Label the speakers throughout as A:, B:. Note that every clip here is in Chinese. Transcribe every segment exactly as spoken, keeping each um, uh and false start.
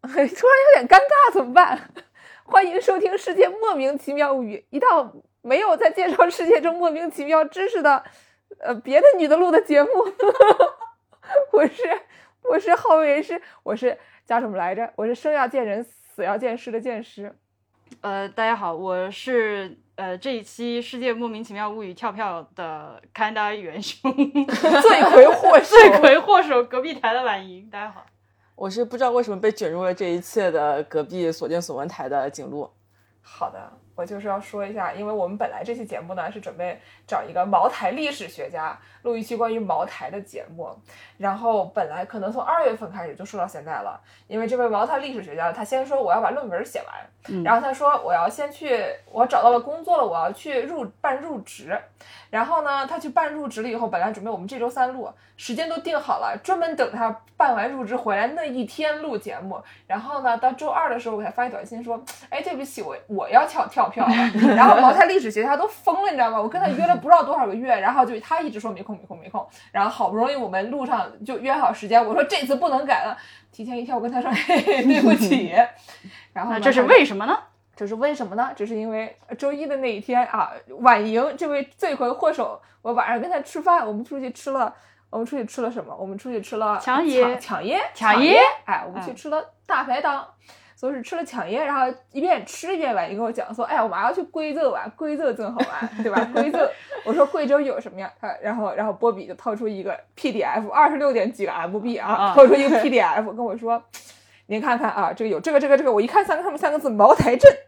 A: 突然有点尴尬，怎么办？欢迎收听《世界莫名其妙物语》，一档没有在介绍世界中莫名其妙知识的，呃，别的女的录的节目。我是我是好为人师，我是叫什么来着？我是生要见人，死要见尸的见尸。
B: 呃，大家好，我是呃这一期《世界莫名其妙物语》跳票的堪达元凶，
A: 罪魁祸首，
B: 罪魁祸首，隔壁台的婉莹。大家好。
C: 我是不知道为什么被卷入了这一切的隔壁所见所闻台的景路。
A: 好的，我就是要说一下，因为我们本来这期节目呢是准备找一个茅台历史学家录一期关于茅台的节目，然后本来可能从二月份开始就说到现在了，因为这位茅台历史学家他先说我要把论文写完，嗯、然后他说我要先去，我找到了工作了，我要去入办入职，然后呢他去办入职了以后，本来准备我们这周三录，时间都定好了，专门等他办完入职回来那一天录节目，然后呢到周二的时候我给他发一短信说，哎对不起，我我要跳跳票了，然后茅台历史学家都疯了，你知道吗？我跟他约了不知道多少个月，然后就他一直说没空没空没空，然后好不容易我们路上就约好时间，我说这次不能改了，提前一天我跟他说嘿嘿对不起，然后
B: 那这是为什么呢？
A: 这是为什么呢？这是因为周一的那一天啊，婉莹这位罪魁祸首，我晚上跟他吃饭，我们出去吃了，我们出去吃了什么？我们出去吃了
B: 抢爷，
A: 抢爷，
B: 抢爷，
A: 哎，我们去吃了大排档。嗯，所以是吃了抢爷，然后一边吃一边婉莹跟我讲说，哎，我马上要去贵州玩，贵州真好玩，对吧？贵州，我说贵州有什么呀？然后然后波比就掏出一个 P D F， 二十六点几个 M B 啊，掏出一个 P D F 跟我说，您看看啊，这个有这个这个这个，我一看三个上面三个字茅台镇。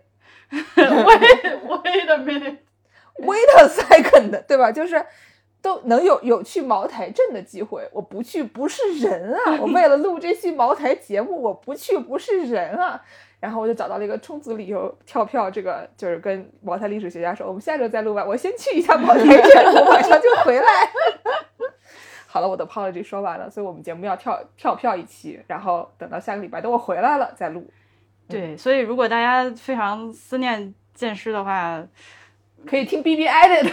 B: wait wait a minute
A: wait a second， 对吧？就是都能有有去茅台镇的机会，我不去不是人啊！我为了录这期茅台节目，我不去不是人啊！然后我就找到了一个充足理由跳票，这个就是跟茅台历史学家说，我们下周再录吧，我先去一下茅台镇，我马上就回来。好了，我的 apology 说完了，所以我们节目要跳跳票一期，然后等到下个礼拜等我回来了再录。
B: 对，所以如果大家非常思念剑师的话，
A: 可以听 B B Edit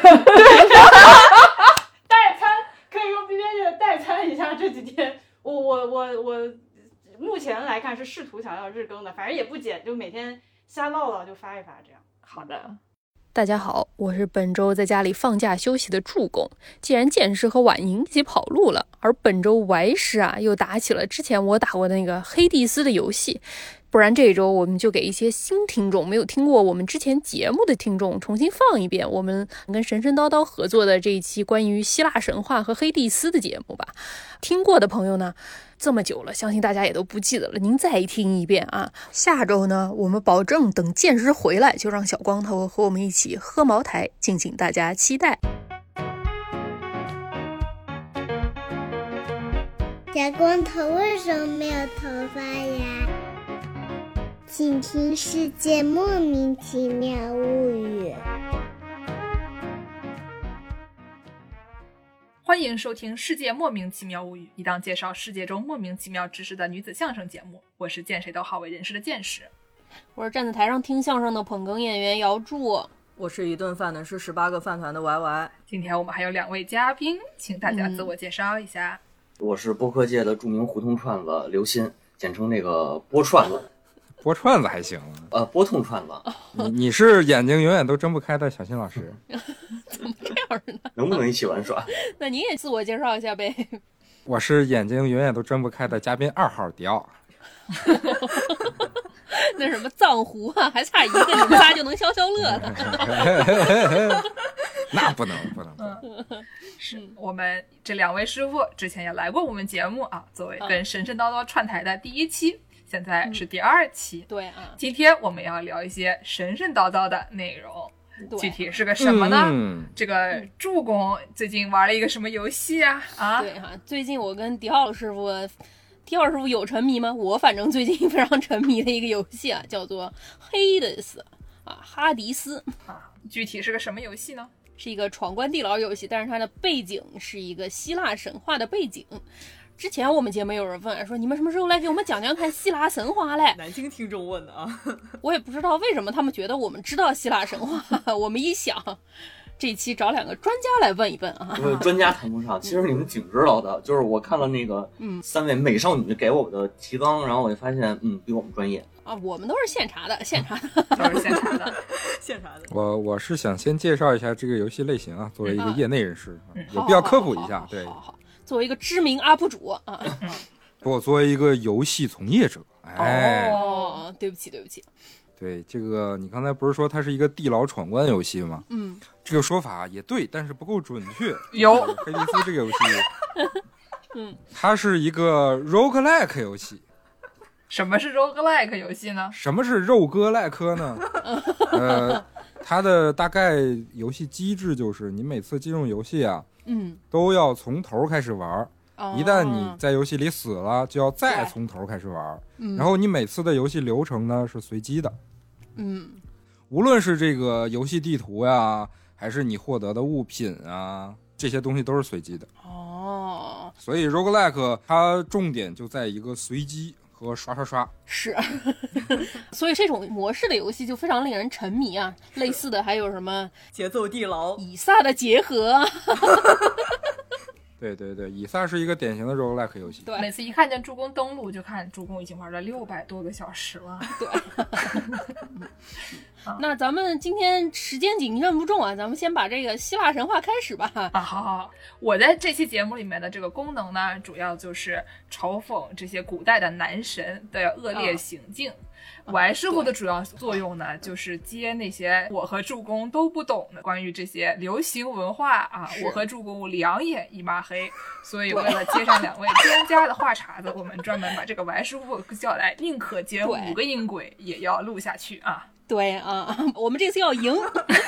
B: 代餐，可以用 B B Edit 代餐一下这几天。我我我我目前来看是试图想要日更的，反正也不剪，就每天瞎唠唠就发一发这样。
A: 好的。
D: 大家好，我是本周在家里放假休息的助攻。既然剑师和婉莹一起跑路了，而本周歪师啊又打起了之前我打过的那个黑蒂斯的游戏，不然这一周我们就给一些新听众，没有听过我们之前节目的听众重新放一遍我们跟神神叨叨合作的这一期关于希腊神话和黑蒂斯的节目吧。听过的朋友呢，这么久了，相信大家也都不记得了，您再听一遍啊。下周呢，我们保证等剑师回来，就让小光头和我们一起喝茅台，敬请大家期待。
E: 小光头为什么没有头发呀？请听《世界莫名其妙物语》。
A: 欢迎收听《世界莫名其妙物语》，一档介绍世界中莫名其妙知识的女子相声节目。我是见谁都好为人师的见识，
D: 我是站在台上听相声的捧哏演员姚柱，
C: 我是一顿饭的是十八个饭团的 Y Y。
A: 今天我们还有两位嘉宾，请大家自我介绍一下。
F: 嗯、我是播客界的著名胡同串子刘鑫，简称那个波串子。
G: 波串子还行，
F: 呃，波痛串子。
G: 你你是眼睛永远都睁不开的小新老师。
D: 怎么这样呢？
F: 能不能一起玩耍？
D: 那你也自我介绍一下呗。
G: 我是眼睛永远都睁不开的嘉宾二号迪奥。
D: 那什么藏狐啊，还差一个，你们仨就能消消乐了。
G: 那不能不能。
A: 嗯，是我们这两位师傅之前也来过我们节目啊，作为跟神神叨叨串台的第一期。现在是第二期、嗯、
D: 对啊，
A: 今天我们要聊一些神神叨叨的内容，具体是个什么呢、嗯、这个助攻最近玩了一个什么游戏啊？啊，
D: 对啊，最近我跟迪奥师傅迪奥师傅有沉迷吗？我反正最近非常沉迷的一个游戏啊，叫做黑德斯啊，哈迪斯
A: 啊，具体是个什么游戏呢？
D: 是一个闯关地牢游戏，但是它的背景是一个希腊神话的背景。之前我们节目有人问说，你们什么时候来给我们讲讲看希腊神话嘞？
C: 南京听众问的啊。
D: 我也不知道为什么他们觉得我们知道希腊神话。我们一想， 这期找两个专家来问一问啊。
F: 专家谈不上，其实你们挺知道的。就是我看了那个
D: 嗯
F: 三位美少女给我的提纲，然后我就发现，嗯，比我们专业
D: 啊，我们都是现查的，现查的，
A: 都是现查的，
D: 现查的。
G: 我我是想先介绍一下这个游戏类型啊，作为一个业内人士，
A: 嗯、
G: 有必要科普一下。对，
D: 好好好，作为一个知名 U P 主啊，
G: 不，作为一个游戏从业者，哎，
D: 哦，对不起，对不起。
G: 对，这个你刚才不是说它是一个地牢闯关游戏吗？
D: 嗯，
G: 这个说法也对，但是不够准确。
A: 有
G: 黑迪斯这个游戏，
D: 嗯，
G: 它是一个 roguelike 游戏。
A: 什么是 roguelike 游戏呢？
G: 什么是肉鸽赖科呢？呃，它的大概游戏机制就是你每次进入游戏啊，
D: 嗯，
G: 都要从头开始玩。
D: 哦、
G: 一旦你在游戏里死了，就要再从头开始玩。
D: 嗯，
G: 然后你每次的游戏流程呢是随机的。
D: 嗯，
G: 无论是这个游戏地图呀，还是你获得的物品啊，这些东西都是随机的。
D: 哦，
G: 所以 roguelike 它重点就在一个随机和刷刷刷。
D: 是，所以这种模式的游戏就非常令人沉迷啊。类似的还有什么
C: 节奏地牢、
D: 以撒的结合。
G: 对对对，以撒是一个典型的 roguelike 游戏。
D: 对，
A: 每次一看见助攻登录，就看助攻已经玩了六百多个小时了。
D: 对。那咱们今天时间紧，任不重啊，咱们先把这个希腊神话开始吧。
A: 啊，好好好，我在这期节目里面的这个功能呢，主要就是嘲讽这些古代的男神的恶劣行径。我爱师傅的主要作用呢，就是接那些我和助攻都不懂的关于这些流行文化啊，我和助攻两眼一抹黑，所以为了接上两位专家的话茬子，我们专门把这个我爱师傅叫来，宁可接五个音轨也要录下去啊。
D: 对啊，我们这次要赢。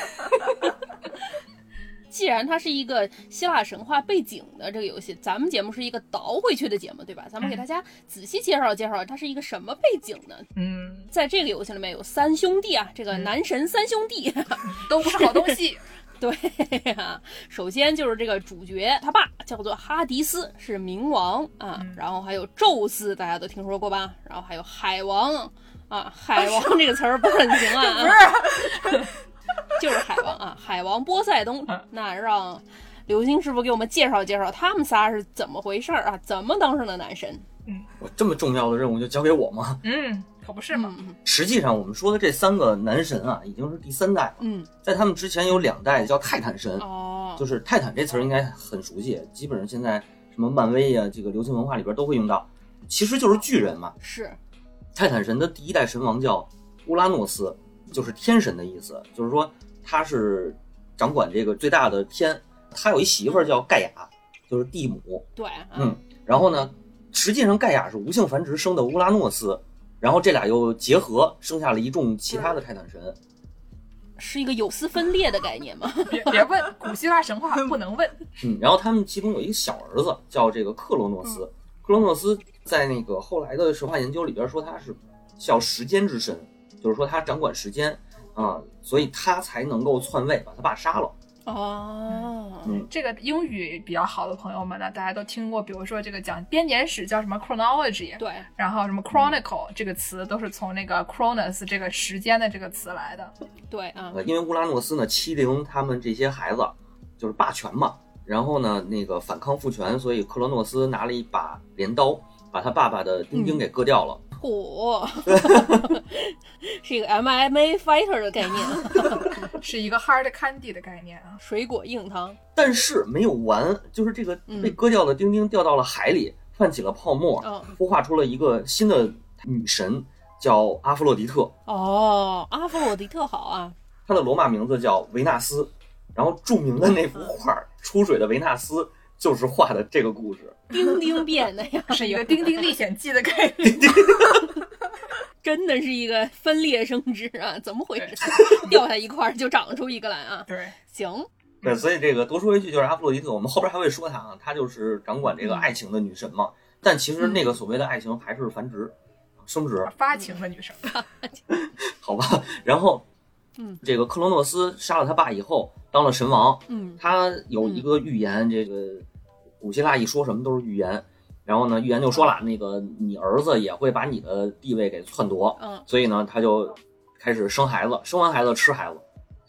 D: 既然它是一个希腊神话背景的这个游戏，咱们节目是一个倒回去的节目，对吧？咱们给大家仔细介绍介绍它是一个什么背景呢？
A: 嗯，
D: 在这个游戏里面有三兄弟啊，这个男神三兄弟、嗯、
A: 都不是好东西。
D: 对啊，首先就是这个主角他爸叫做哈迪斯，是冥王啊、嗯，然后还有宙斯，大家都听说过吧？然后还有海王啊，海王这个词儿不是很行啊，不是。就是海王啊，海王波塞冬。那让刘星师傅给我们介绍介绍他们仨是怎么回事啊？怎么当上的男神？
A: 嗯，
F: 我这么重要的任务就交给我吗？
A: 嗯，可不是嘛。
D: 嗯、
F: 实际上我们说的这三个男神啊，已经是第三代了。
D: 嗯，
F: 在他们之前有两代叫泰坦神。
D: 哦，
F: 就是泰坦这词儿应该很熟悉，基本上现在什么漫威啊，这个流行文化里边都会用到。其实就是巨人嘛。
D: 是。
F: 泰坦神的第一代神王叫乌拉诺斯。就是天神的意思，就是说他是掌管这个最大的天，他有一媳妇儿叫盖亚，就是地母。
D: 对，
F: 嗯，然后呢，实际上盖亚是无性繁殖生的乌拉诺斯，然后这俩又结合，生下了一众其他的泰坦神。
D: 是一个有丝分裂的概念吗？
A: 别别问，古希腊神话不能问。
F: 嗯，然后他们其中有一个小儿子叫这个克罗诺斯，嗯、克罗诺斯在那个后来的神话研究里边说他是叫时间之神。就是说他掌管时间啊、呃，所以他才能够篡位把他爸杀了。
D: 哦，
F: 嗯，
A: 这个英语比较好的朋友们呢，大家都听过，比如说这个讲编年史叫什么 chronology，
D: 对，
A: 然后什么 chronicle、嗯、这个词都是从那个 chronos 这个时间的这个词来的。
D: 对啊、
F: 呃，因为乌拉诺斯呢欺凌他们这些孩子，就是霸权嘛，然后呢那个反抗父权，所以克罗诺斯拿了一把镰刀，把他爸爸的丁丁给割掉了。
D: 嗯火是一个 M M A fighter 的概念，
A: 是一个 hard candy 的概念啊，
D: 水果硬糖。
F: 但是没有完，就是这个被割掉的丁丁掉到了海里，嗯、泛起了泡沫，
D: 嗯、
F: 孵化出了一个新的女神，叫阿弗洛狄特。
D: 哦，阿弗洛狄特好啊，
F: 她的罗马名字叫维纳斯，然后著名的那幅画《出水的维纳斯》就是画的这个故事。
D: 丁丁变的呀，
A: 是一个《丁丁历险记》的概念。
D: 真的是一个分裂生殖啊，怎么回事？掉下一块就长出一个来啊？
A: 对，
D: 行。
F: 对，所以这个多说一句，就是阿弗洛狄特，我们后边还会说她啊，她就是掌管这个爱情的女神嘛。嗯、但其实那个所谓的爱情还是繁殖、嗯、生殖、
A: 发情的女神。
F: 好吧，然后，
D: 嗯，
F: 这个克罗诺斯杀了他爸以后，当了神王。
D: 嗯，
F: 他有一个预言，嗯、这个古希腊一说什么都是预言。然后呢，预言就说了，那个你儿子也会把你的地位给篡夺，
D: 嗯，
F: 所以呢，他就开始生孩子，生完孩子吃孩子，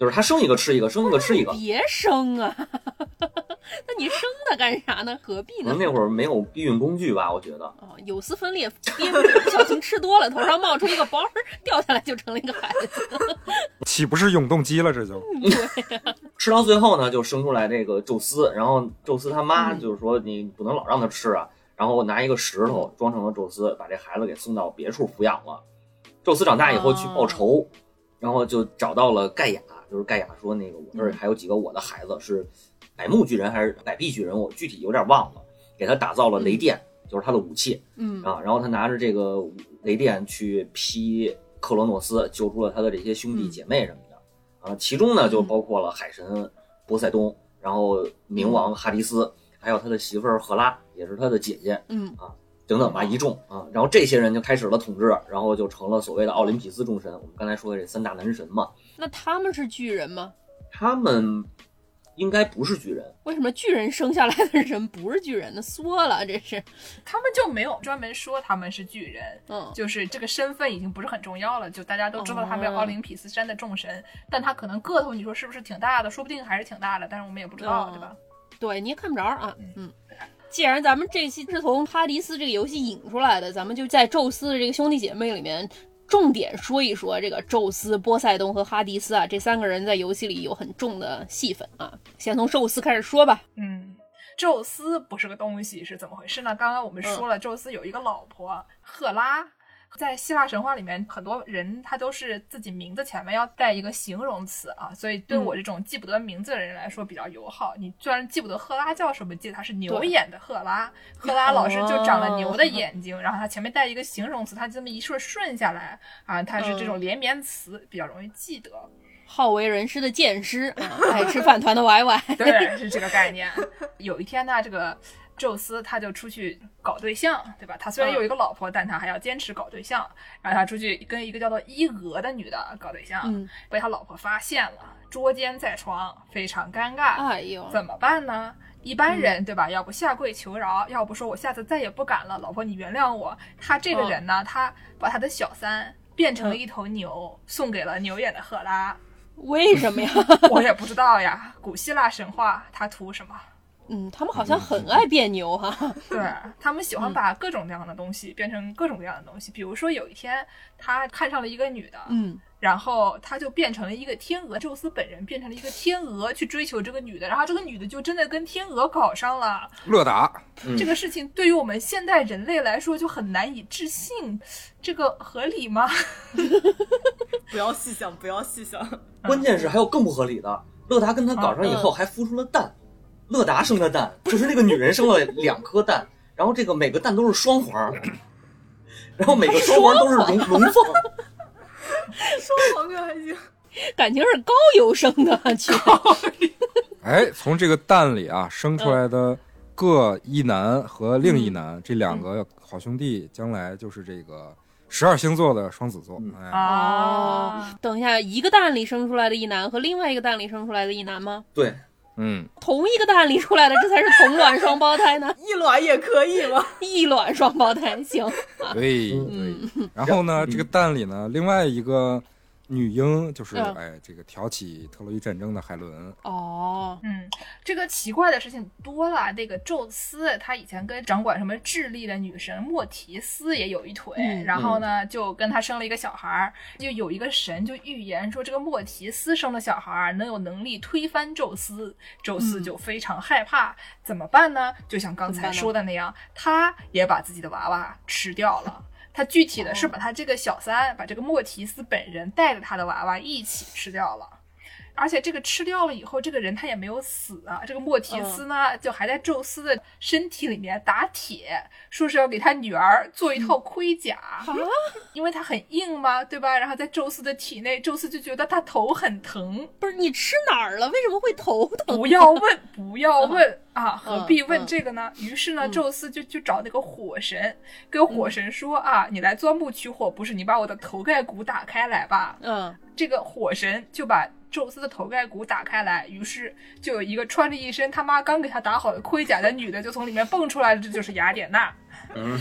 F: 就是他生一个吃一个，生一个吃一个。
D: 别生啊！那你生它干啥呢？何必呢？
F: 可能那会儿没有避孕工具吧，我觉得。
D: 哦，有丝分裂，憋不住，不小心吃多了，头上冒出一个包，掉下来就成了一个孩子。
G: 岂不是永动机了？这就
D: 对呀、啊。
F: 吃到最后呢，就生出来这个宙斯，然后宙斯他妈就是说你不能老让他吃啊，然后拿一个石头装成了宙斯，把这孩子给送到别处抚养了。宙斯长大以后去报仇，哦、然后就找到了盖亚，就是盖亚说那个我这儿还有几个我的孩子是百目巨人还是百臂巨人，我具体有点忘了，给他打造了雷电，嗯、就是他的武器，
D: 嗯
F: 啊，然后他拿着这个雷电去劈克罗诺斯，救出了他的这些兄弟姐妹什么的。啊，其中呢就包括了海神波塞冬，然后冥王哈迪斯，还有他的媳妇儿赫拉，也是他的姐姐，
D: 嗯
F: 啊，等等吧，一众啊，然后这些人就开始了统治，然后就成了所谓的奥林匹斯众神。我们刚才说的这三大男神嘛。
D: 那他们是巨人吗？
F: 他们应该不是巨人。
D: 为什么巨人生下来的人不是巨人呢？缩了，这是。
A: 他们就没有专门说他们是巨人，
D: 嗯，
A: 就是这个身份已经不是很重要了，就大家都知道他们有奥林匹斯山的众神，嗯、但他可能个头你说是不是挺大的，说不定还是挺大的，但是我们也不知道，嗯、对吧？
D: 对，你也看不着啊，嗯。既然咱们这期是从哈迪斯这个游戏引出来的，咱们就在宙斯的这个兄弟姐妹里面重点说一说这个宙斯、波塞冬和哈迪斯啊，这三个人在游戏里有很重的戏份啊。先从宙斯开始说吧。
A: 嗯，宙斯不是个东西是怎么回事呢？刚刚我们说了，嗯、宙斯有一个老婆赫拉。在希腊神话里面，很多人他都是自己名字前面要带一个形容词啊，所以对我这种记不得名字的人来说比较友好。嗯、你虽然记不得赫拉叫什么，记得她是牛眼的赫拉，赫拉老师就长了牛的眼睛，然后他前面带一个形容词，他这么一顺顺下来啊，他是这种连绵词，比较容易记得。
D: 好为人师的剑师啊，爱吃饭团的歪歪，
A: 对，是这个概念。有一天呢，这个宙斯他就出去搞对象，对吧？他虽然有一个老婆，嗯、但他还要坚持搞对象。然后他出去跟一个叫做伊俄的女的搞对象，嗯、被他老婆发现了，捉奸在床，非常尴尬。
D: 哎呦，
A: 怎么办呢？一般人、嗯、对吧？要不下跪求饶，要不说我下次再也不敢了，老婆你原谅我。他这个人呢，嗯、他把他的小三变成了一头牛，嗯、送给了牛眼的赫拉。
D: 为什么呀？
A: 我也不知道呀。古希腊神话他图什么？
D: 嗯，他们好像很爱变牛哈。
A: 对，他们喜欢把各种各样的东西变成各种各样的东西。比如说有一天他看上了一个女的，
D: 嗯，然
A: 后他就变成了一个天鹅，宙斯本人变成了一个天鹅去追求这个女的，然后这个女的就真的跟天鹅搞上了。
G: 乐达，
A: 嗯、这个事情对于我们现代人类来说就很难以置信，这个合理吗？
C: 不要细想，不要细想。
F: 关键是还有更不合理的，乐达跟他搞上以后还孵出了蛋。嗯乐达生的蛋，就是那个女人生了两颗蛋，然后这个每个蛋都是双黄，然后每个双黄都是龙龙凤。
C: 双黄哥还行，
D: 感情是高邮生的去。
G: 哎，从这个蛋里啊生出来的各一男和另一男、嗯、这两个好兄弟，将来就是这个十二星座的双子座。
D: 嗯、哎、哦，等一下，一个蛋里生出来的一男和另外一个蛋里生出来的一男吗？
F: 对。
G: 嗯，
D: 同一个蛋里出来的，这才是同卵双胞胎呢。
C: 异卵也可以吗？
D: 异卵双胞胎行。
G: 对对。然后呢，这个蛋里呢，另外一个女婴就是、嗯、哎，这个挑起特洛伊战争的海伦。
D: 哦，
A: 嗯，这个奇怪的事情多了。那个宙斯他以前跟掌管什么智力的女神莫提斯也有一腿，嗯、然后呢就跟他生了一个小孩，就有一个神就预言说这个莫提斯生的小孩能有能力推翻宙斯，宙斯就非常害怕，嗯、怎么办呢？就像刚才说的那样，他也把自己的娃娃吃掉了。他具体的是把他这个小三，把这个莫提斯本人带着他的娃娃一起吃掉了。而且这个吃掉了以后，这个人他也没有死啊。这个莫提斯呢，嗯、就还在宙斯的身体里面打铁，说是要给他女儿做一套盔甲，嗯、因为他很硬嘛，对吧？然后在宙斯的体内，宙斯就觉得他头很疼。
D: 不是你吃哪儿了？为什么会头疼？
A: 不要问，不要问。嗯啊，何必问这个呢？嗯、于是呢，宙斯就去找那个火神，跟火神说、嗯、啊，你来钻木取火，不是你把我的头盖骨打开来吧？
D: 嗯，
A: 这个火神就把宙斯的头盖骨打开来，于是就有一个穿着一身他妈刚给他打好的盔甲的女的就从里面蹦出来了，这就是雅典娜。
F: 嗯，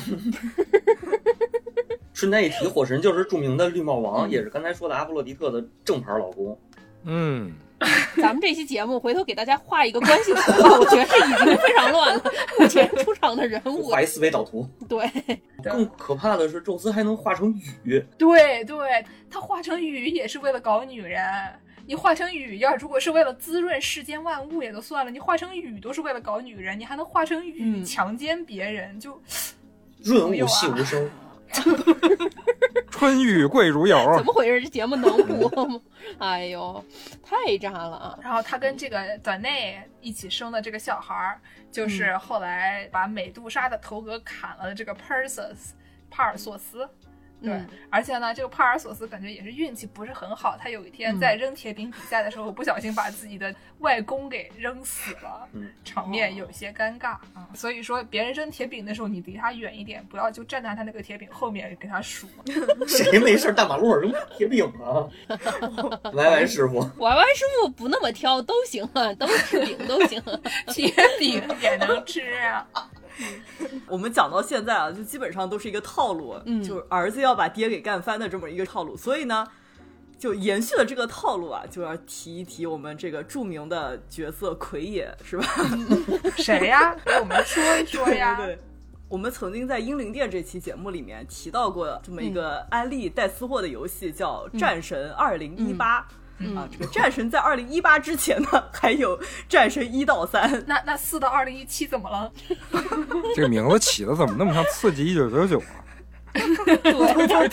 F: 顺带一提，火神就是著名的绿帽王，嗯、也是刚才说的阿波洛狄特的正牌老公。
G: 嗯，
D: 咱们这期节目回头给大家画一个关系图吧，我觉得已经非常乱了。目前出场的人物，
F: 画一思维导图。
D: 对，
F: 更可怕的是，宙斯还能化成雨。
A: 对对，他化成雨也是为了搞女人。你化成雨要如果是为了滋润世间万物也就算了，你化成雨都是为了搞女人，你还能化成雨、嗯、强奸别人，就
F: 润物细无声。
G: 春雨贵如油，
D: 怎么回事？这节目能播吗？哎呦，太渣了啊！
A: 然后他跟这个短内一起生的这个小孩，就是后来把美杜莎的头壳砍了的这个 Perseus 帕尔索斯。对、嗯，而且呢，这个帕尔索斯感觉也是运气不是很好，他有一天在扔铁饼比赛的时候，嗯、不小心把自己的外公给扔死了，嗯、场面有些尴尬啊、嗯。所以说，别人扔铁饼的时候，你离他远一点，不要就站在他那个铁饼后面给他数。
F: 谁没事大马路上扔铁饼啊？歪歪师傅，
D: 歪歪师傅不那么挑都行啊，都吃饼都行、啊，
A: 铁饼也能吃啊。
H: 我们讲到现在啊，就基本上都是一个套路，嗯，就是儿子要把爹给干翻的这么一个套路。所以呢，就延续了这个套路啊，就要提一提我们这个著名的角色奎爷，是吧？
A: 谁呀？给我们说一说呀。
H: 对对对，我们曾经在英灵殿这期节目里面提到过这么一个安利带私货的游戏，叫《战神二零一八》。嗯啊，这个战神在二零一八之前呢，还有战神一到三。
A: 那那四到二零一七怎么了？
G: 这个名字起的怎么那么像刺激一九九九啊？
D: 对，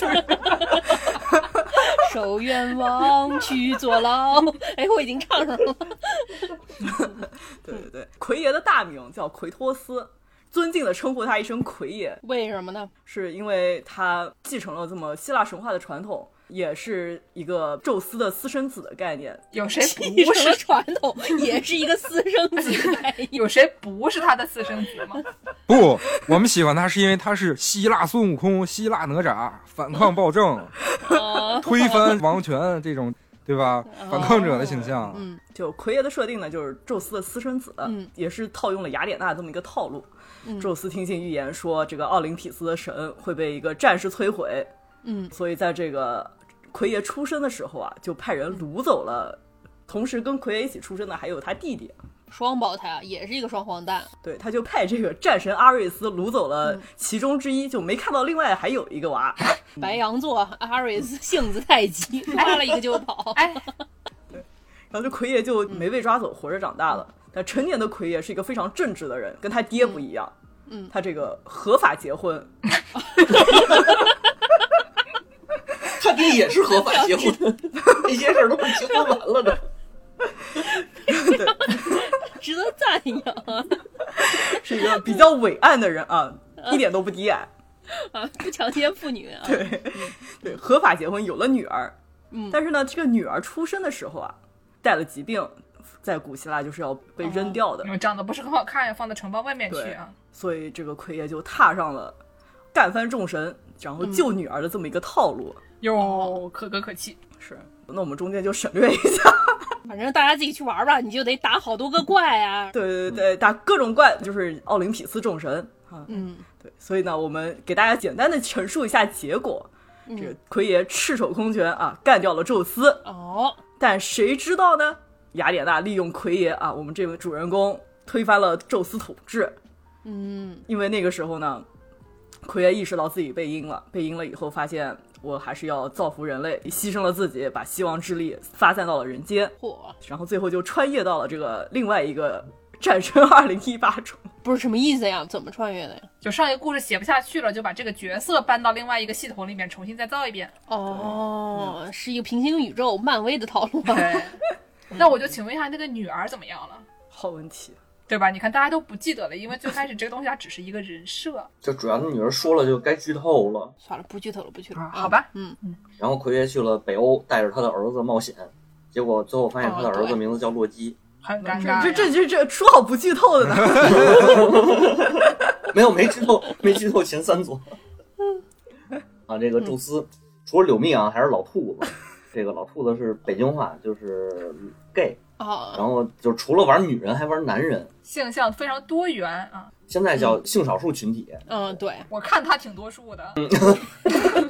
D: 受冤枉去坐牢。哎，我已经唱上了。
H: 对对对，奎爷的大名叫奎托斯。尊敬的称呼他一声奎爷，
D: 为什么呢？
H: 是因为他继承了这么希腊神话的传统，也是一个宙斯的私生子的概念。
A: 有谁不是
D: 传统，也是一个私生子的概念？
A: 有谁不是他的私生子吗？
G: 不，我们喜欢他是因为他是希腊孙悟空、希腊哪吒，反抗暴政，推翻王权这种。对吧？反抗者的形象。
H: 嗯，就奎爷的设定呢，就是宙斯的私生子，嗯，也是套用了雅典娜这么一个套路。嗯、宙斯听信预言说，这个奥林匹斯的神会被一个战士摧毁。嗯，所以在这个奎爷出生的时候啊，就派人掳走了。同时跟奎爷一起出生的还有他弟弟。
D: 双胞胎啊，也是一个双黄蛋。
H: 对，他就派这个战神阿瑞斯掳走了其中之一，嗯、就没看到另外还有一个娃。
D: 白羊座阿瑞斯性子太急，抓了一个就跑。
A: 哎，
H: 对，然后这奎爷就没被抓走，活着长大了。但成年的奎爷是一个非常正直的人，跟他爹不一样。嗯，他这个合法结婚。
F: 他爹也是合法结婚，这些事儿都是结婚完了的。
H: 对，
D: 值得赞扬啊！
H: 是一个比较伟岸的人啊，一点都不低矮
D: 啊，不强奸妇女啊。
H: 对，对，合法结婚，有了女儿。嗯，但是呢，这个女儿出生的时候啊，带了疾病，在古希腊就是要被扔掉的。
A: 哦、长得不是很好看，要放到城堡外面去啊。
H: 所以这个奎爷就踏上了干翻众神，然后救女儿的这么一个套路。
A: 哟、嗯，可歌可泣。
H: 是，那我们中间就省略一下。
D: 反正大家自己去玩吧，你就得打好多个怪啊。
H: 对对对，打各种怪，就是奥林匹斯众神啊。嗯，对，所以呢，我们给大家简单的陈述一下结果。嗯、这个奎爷赤手空拳啊，干掉了宙斯。
D: 哦，
H: 但谁知道呢？雅典娜利用奎爷啊，我们这位主人公推翻了宙斯统治。嗯，因为那个时候呢，奎爷意识到自己被阴了，被阴了以后发现。我还是要造福人类，牺牲了自己，把希望之力发散到了人间，然后最后就穿越到了这个另外一个战神二零一八中。
D: 不是什么意思呀？怎么穿越的呀？
A: 就上一个故事写不下去了，就把这个角色搬到另外一个系统里面重新再造一遍。
D: 哦，嗯、是一个平行宇宙漫威的套路啊。
A: 对，那我就请问一下，那个女儿怎么样了？
H: 好问题。
A: 对吧？你看大家都不记得了，因为最开始这个东西它只是一个人设。
F: 就主要的女儿说了就该剧透了。
D: 算了，不剧透了，不剧透了。
A: 啊、好吧，
D: 嗯嗯。
F: 然后奎爷去了北欧，带着他的儿子冒险，结果最后发现他的儿子名字叫洛基，
A: 哦、很尴尬。
H: 这这这这说好不剧透的呢？
F: 没有，没剧透，没剧透前三座。啊，这个宙斯、嗯、除了柳密啊，还是老兔子。这个老兔子是北京话，就是 gay。哦，然后就除了玩女人还玩男人，
A: 性向非常多元啊。
F: 现在叫性少数群体。
D: 嗯，对，
A: 我看他挺多数的。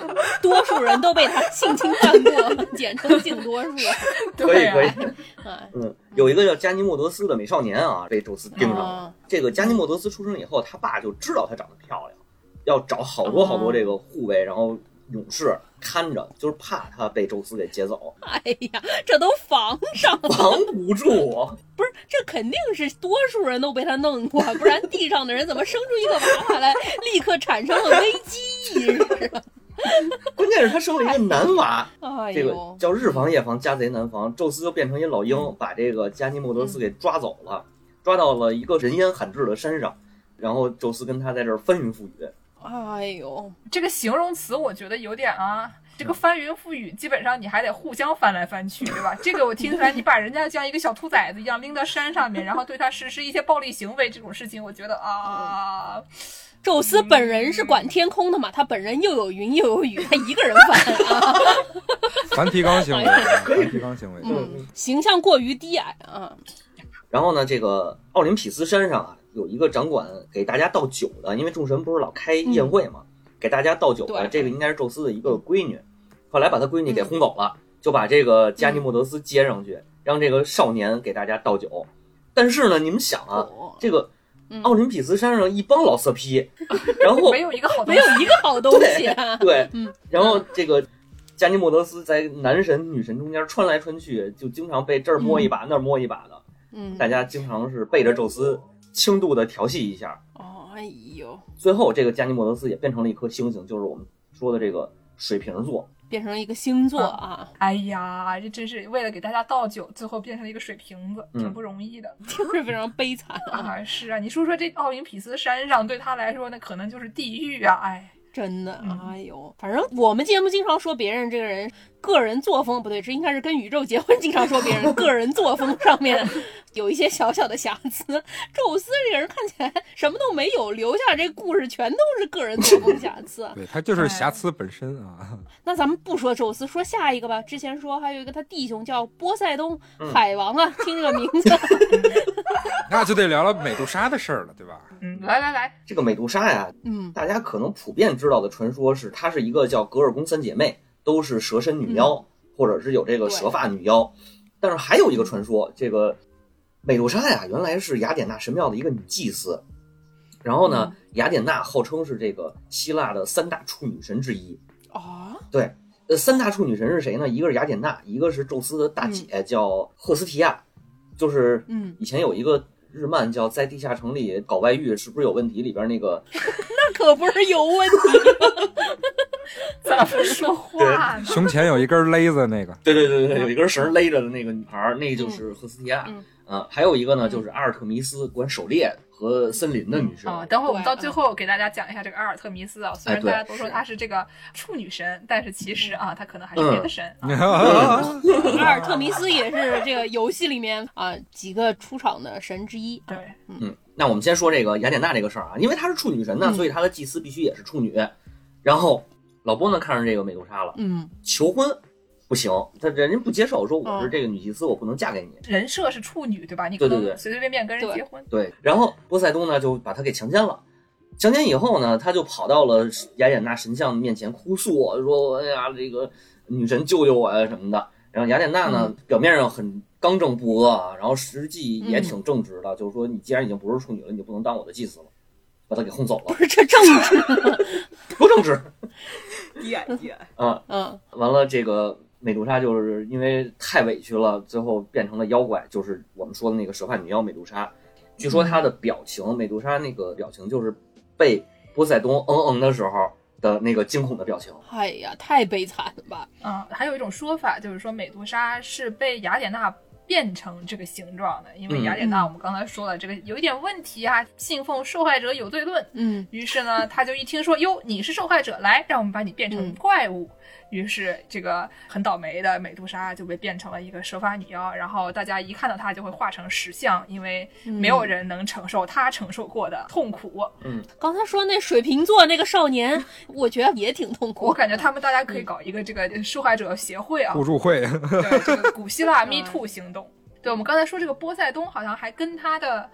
D: 多数人都被他性侵犯过，简称性多数。
F: 可以可以。
D: 啊、
F: 嗯，有一个叫加尼莫德斯的美少年啊，被宙斯盯上了。
D: 哦、
F: 这个加尼莫德斯出生以后，他爸就知道他长得漂亮，要找好多好多这个护卫，然后勇士看着，就是怕他被宙斯给劫走。
D: 哎呀，这都防上了，
F: 防不住。
D: 不是，这肯定是多数人都被他弄过，不然地上的人怎么生出一个娃娃来，立刻产生了危机意识？
F: 关键是他生了一个男娃，
D: 哎、
F: 这个叫日防夜防，家贼难防。宙斯就变成一老鹰，嗯、把这个加尼莫德斯给抓走了，嗯、抓到了一个人烟罕至的山上，然后宙斯跟他在这儿翻云覆雨。
D: 哎呦，
A: 这个形容词我觉得有点啊，这个翻云覆雨基本上你还得互相翻来翻去，对吧？这个我听出来你把人家像一个小兔崽子一样拎到山上面，然后对他实施一些暴力行为，这种事情我觉得啊。
D: 宙斯本人是管天空的嘛，他本人又有云又有雨，他一个人翻啊。
G: 梵提冈行为，梵提冈行为，
D: 嗯，形象过于低矮啊。
F: 然后呢，这个奥林匹斯山上啊，有一个掌管给大家倒酒的，因为众神不是老开宴会嘛，嗯、给大家倒酒的，这个应该是宙斯的一个闺女，后来把他闺女给轰走了，嗯、就把这个加尼莫德斯接上去，嗯、让这个少年给大家倒酒。但是呢，你们想啊，哦、这个。奥林匹斯山上一帮老色批，然后
A: 没有一个好东
D: 西，没有一个好东西、啊。
F: 对，对嗯，然后这个加尼莫德斯在男神女神中间穿来穿去，就经常被这儿摸一把、嗯、那儿摸一把的。嗯，大家经常是背着宙斯轻度的调戏一下。
D: 哦，哎呦！
F: 最后这个加尼莫德斯也变成了一颗星星，就是我们说的这个水瓶座。
D: 变成了一个星座啊！
A: 哎呀，这真是为了给大家倒酒，最后变成了一个水瓶子，挺不容易的，
D: 听着非常悲惨
A: 啊！是啊，你说说这奥林匹斯山上对他来说，那可能就是地狱啊！哎，
D: 真的，哎呦，反正我们节目经常说别人这个人个人作风不对，这应该是跟宇宙结婚经常说别人个人作风上面有一些小小的瑕疵。宙斯这个人看起来什么都没有，留下这故事全都是个人作风瑕疵。
G: 对，他就是瑕疵本身啊。
D: 哎、那咱们不说宙斯，说下一个吧。之前说还有一个他弟兄叫波塞冬，嗯、海王啊，听这个名字，
G: 那就得聊聊美杜莎的事儿了，对吧？
A: 嗯，来来来，
F: 这个美杜莎呀，嗯，大家可能普遍知道的传说是，她是一个叫格尔宫三姐妹。都是蛇身女妖，嗯、或者是有这个蛇发女妖，但是还有一个传说，这个美杜莎呀，原来是雅典娜神庙的一个女祭司。然后呢，嗯、雅典娜号称是这个希腊的三大处女神之一。
D: 啊，
F: 对，呃，三大处女神是谁呢？一个是雅典娜，一个是宙斯的大姐、嗯、叫赫斯提亚，就是嗯，以前有一个日漫叫《在地下城里搞外遇是不是有问题》里边那个，
D: 那可不是有问题。
A: 怎么说话呢？
G: 胸前有一根勒子那个，
F: 对对对对，有一根绳勒着的那个女孩，那就是赫斯提亚。嗯嗯、啊，还有一个呢，就是阿尔特弥斯，管狩猎和森林的女神。
A: 啊、嗯，等会儿我们到最后给大家讲一下这个阿尔特弥斯啊。虽然大家都说她是这个处女神，但是其实啊，她可能还是别的神。嗯
D: 啊、阿尔特弥斯也是这个游戏里面啊几个出场的神之一。
A: 对，
F: 嗯。嗯，那我们先说这个雅典娜这个事儿啊，因为她是处女神呢，嗯、所以她的祭司必须也是处女。然后老波呢看上这个美杜莎了，嗯，求婚不行，他人家不接受，说我是这个女祭司，我不能嫁给你。
A: 人设是处女，对吧？你可能随随便便跟人结婚。
F: 对, 对, 对，然后波塞冬呢就把他给强奸了，强奸以后呢，他就跑到了雅典娜神像面前哭诉，说：“哎呀，这个女神救救我呀什么的。”然后雅典娜呢，嗯、表面上很刚正不阿啊，然后实际也挺正直的，嗯、就是说你既然已经不是处女了，你就不能当我的祭司了，把他给轰走了。
D: 不是这正直吗？
F: 多正直。
H: 低矮低矮
F: 啊嗯，完了，这个美杜莎就是因为太委屈了，最后变成了妖怪，就是我们说的那个蛇发女妖美杜莎。据说她的表情，嗯、美杜莎那个表情就是被波塞冬嗯嗯的时候的那个惊恐的表情。
D: 哎呀，太悲惨了吧！
A: 嗯，还有一种说法就是说美杜莎是被雅典娜变成这个形状的，因为雅典娜我们刚才说了，这个有一点问题啊，信奉受害者有罪论。嗯，于是呢，他就一听说，哟，你是受害者，来，让我们把你变成怪物。嗯，于是这个很倒霉的美杜莎就被变成了一个蛇发女妖，然后大家一看到她就会化成石像，因为没有人能承受她承受过的痛苦。
F: 嗯，
D: 刚才说那水瓶座那个少年，我觉得也挺痛苦。
A: 我感觉他们大家可以搞一个这个受害者协会啊，
G: 互助会。
A: 对，这个古希腊 Me Too 行动。对，我们刚才说这个波塞冬好像还跟他的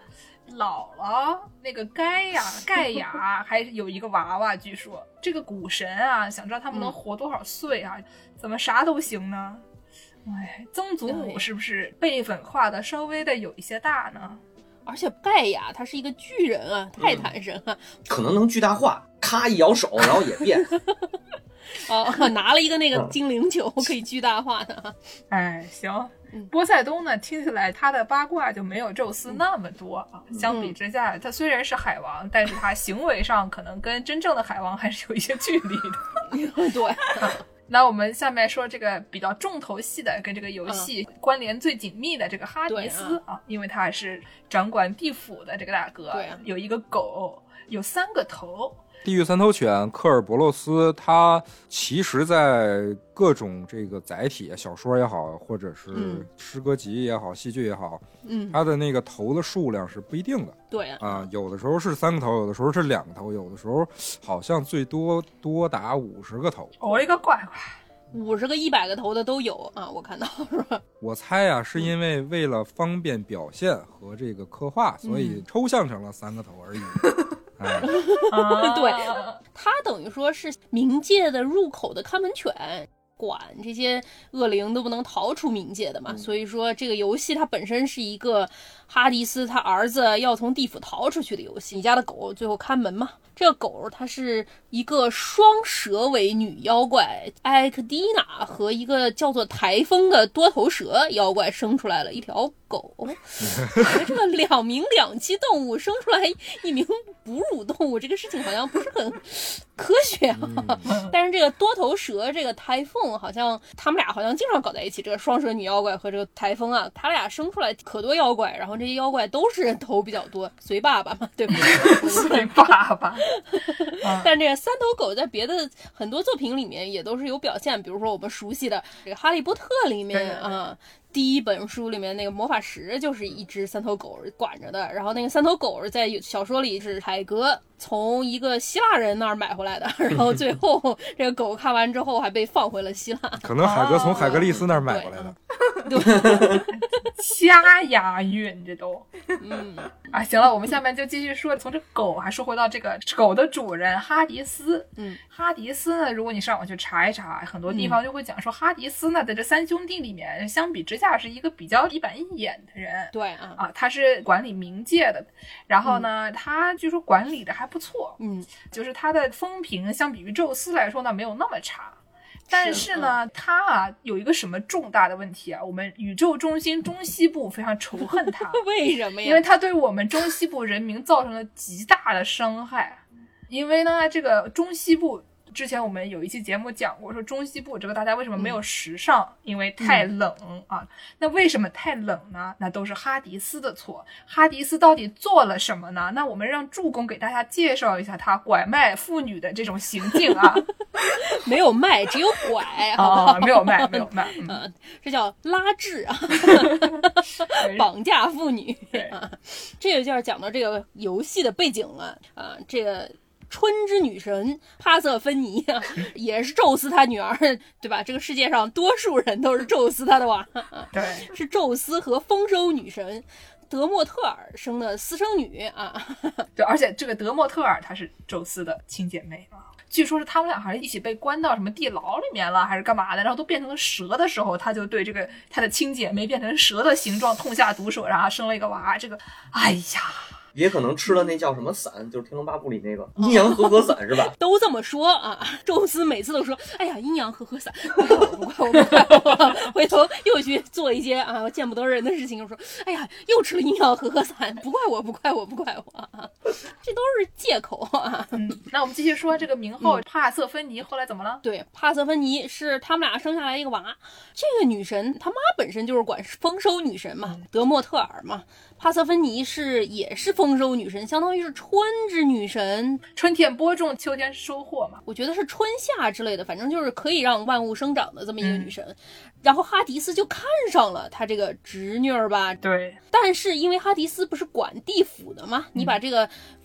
A: 姥姥那个盖亚盖亚还有一个娃娃，据说这个古神啊，想知道他们能活多少岁啊？嗯、怎么啥都行呢？哎，曾祖母是不是辈分画的稍微的有一些大呢？
D: 而且盖亚他是一个巨人啊，泰坦神啊，
F: 嗯、可能能巨大化，咔一摇手，然后也变。
D: 哦，拿了一个那个精灵球，可以巨大化的。
A: 哎，行。波塞冬呢，听起来他的八卦就没有宙斯那么多啊。嗯、相比之下，他虽然是海王，但是他行为上可能跟真正的海王还是有一些距离的。
D: 对。
A: 那我们下面说这个比较重头戏的，跟这个游戏关联最紧密的这个哈迪斯、嗯、啊，因为他是掌管地府的这个大哥，
D: 对、啊，
A: 有一个狗，有三个头。
G: 地狱三头犬科尔伯洛斯，他其实在各种这个载体，小说也好，或者是诗歌集也好，戏剧也好，
D: 嗯，
G: 他的那个头的数量是不一定的。
D: 对啊，
G: 啊，有的时候是三个头，有的时候是两个头，有的时候好像最多多达五十个头。
A: 我一个乖乖。
D: 五十个、一百个头的都有啊，我看到是吧？
G: 我猜啊，是因为为了方便表现和这个刻画，所以抽象成了三个头而已。哎
D: 啊、对，它等于说是冥界的入口的看门犬。管这些恶灵都不能逃出冥界的嘛、嗯、所以说这个游戏它本身是一个哈迪斯他儿子要从地府逃出去的游戏，你家的狗最后看门嘛。这个狗它是一个双蛇尾女妖怪艾克蒂娜和一个叫做台风的多头蛇妖怪生出来了一条狗，这个两名两栖动物生出来一名哺乳动物，这个事情好像不是很科学啊。嗯、但是这个多头蛇这个台风好像他们俩好像经常搞在一起，这个双蛇女妖怪和这个台风啊，他俩生出来可多妖怪，然后这些妖怪都是头比较多，随爸爸嘛，对不对？
A: 随爸爸。
D: 但这个三头狗在别的很多作品里面也都是有表现，比如说我们熟悉的这个《哈利波特》里面啊，第一本书里面那个魔法石就是一只三头狗管着的，然后那个三头狗在小说里是海格从一个希腊人那儿买回来的，然后最后这个狗看完之后还被放回了希腊，
G: 可能海格从海格力斯那儿买回来的。
D: 对，
A: 瞎押韵这都。
D: 嗯
A: 啊，行了，我们下面就继续说，从这狗还说回到这个狗的主人哈迪斯。
D: 嗯，
A: 哈迪斯呢，如果你上网去查一查，很多地方就会讲说，哈迪斯呢，在这三兄弟里面，相比之下是一个比较一板一眼的人。
D: 对啊，
A: 啊，他是管理冥界的，然后呢，嗯、他据说管理的还不错。
D: 嗯，
A: 就是他的风评相比于宙斯来说呢，没有那么差。但是呢，他啊有一个什么重大的问题啊？我们宇宙中心中西部非常仇恨他，
D: 为什么呀？
A: 因为他对我们中西部人民造成了极大的伤害。因为呢，这个中西部之前我们有一期节目讲过，说中西部这个大家为什么没有时尚？嗯、因为太冷、嗯、啊。那为什么太冷呢？那都是哈迪斯的错。哈迪斯到底做了什么呢？那我们让助攻给大家介绍一下他拐卖妇女的这种行径啊。
D: 没有卖，只有拐
A: 啊、哦，没有卖，没有卖，
D: 嗯，呃、这叫拉致啊，绑架妇女。啊，这个就是讲到这个游戏的背景了啊，这个。春之女神帕瑟芬妮啊，也是宙斯他女儿，对吧？这个世界上多数人都是宙斯他的娃，
A: 对，
D: 是宙斯和丰收女神德莫特尔生的私生女啊。
A: 对，而且这个德莫特尔她是宙斯的亲姐妹啊。据说是他们俩好像一起被关到什么地牢里面了，还是干嘛的？然后都变成了蛇的时候，他就对这个他的亲姐妹变成蛇的形状痛下毒手，然后生了一个娃。这个，哎呀。
F: 也可能吃了那叫什么伞，就是《天龙八部》里那个阴阳和合伞是吧？
D: 都这么说啊。宙斯每次都说：“哎呀，阴阳和合伞，不怪我，不怪我，不怪我。”回头又去做一些啊见不得人的事情，又说：“哎呀，又吃了阴阳和合伞，不怪我，不怪我，不怪我。”啊，这都是借口啊。
A: 嗯，那我们继续说这个冥后帕瑟芬妮后来怎么了？
D: 对，帕瑟芬妮是他们俩生下来一个娃。这个女神她妈本身就是管丰收女神嘛，德莫特尔嘛。帕瑟芬妮是也是丰收女神，相当于是春之女神，
A: 春天播种，秋天收获嘛。
D: 我觉得是春夏之类的，反正就是可以让万物生长的这么一个女神。嗯、然后哈迪斯就看上了她这个侄女儿吧。
A: 对。
D: 但是因为哈迪斯不是管地府的嘛，嗯、你把这个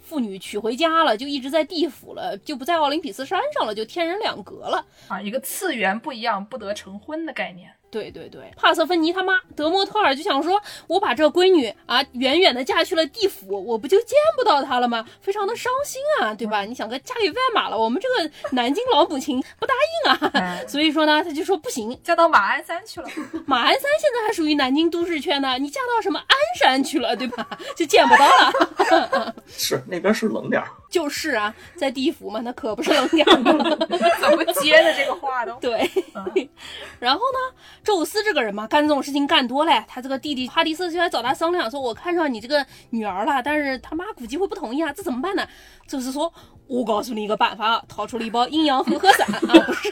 D: 妇女娶回家了，就一直在地府了，就不在奥林匹斯山上了，就天人两隔了
A: 啊，一个次元不一样，不得成婚的概念。
D: 对对对，帕瑟芬妮他妈德莫特尔就想说，我把这个闺女啊远远的嫁去了地府，我不就见不到她了吗？非常的伤心啊，对吧？你想个嫁给外马了，我们这个南京老母亲不答应啊，所以说呢，他就说不行，
A: 嫁到马鞍山去了。
D: 马鞍山现在还属于南京都市圈呢，你嫁到什么鞍山去了，对吧？就见不到了。
F: 是那边是冷点儿。
D: 就是啊，在地府嘛，那可不是冷点儿了。
A: 怎么接的这个话都？
D: 对，嗯、然后呢，宙斯这个人嘛，干这种事情干多了，他这个弟弟哈迪斯就来找他商量，说我看上你这个女儿了，但是他妈估计会不同意啊，这怎么办呢？宙斯说，我告诉你一个办法，掏出了一包阴阳和合散啊，不是，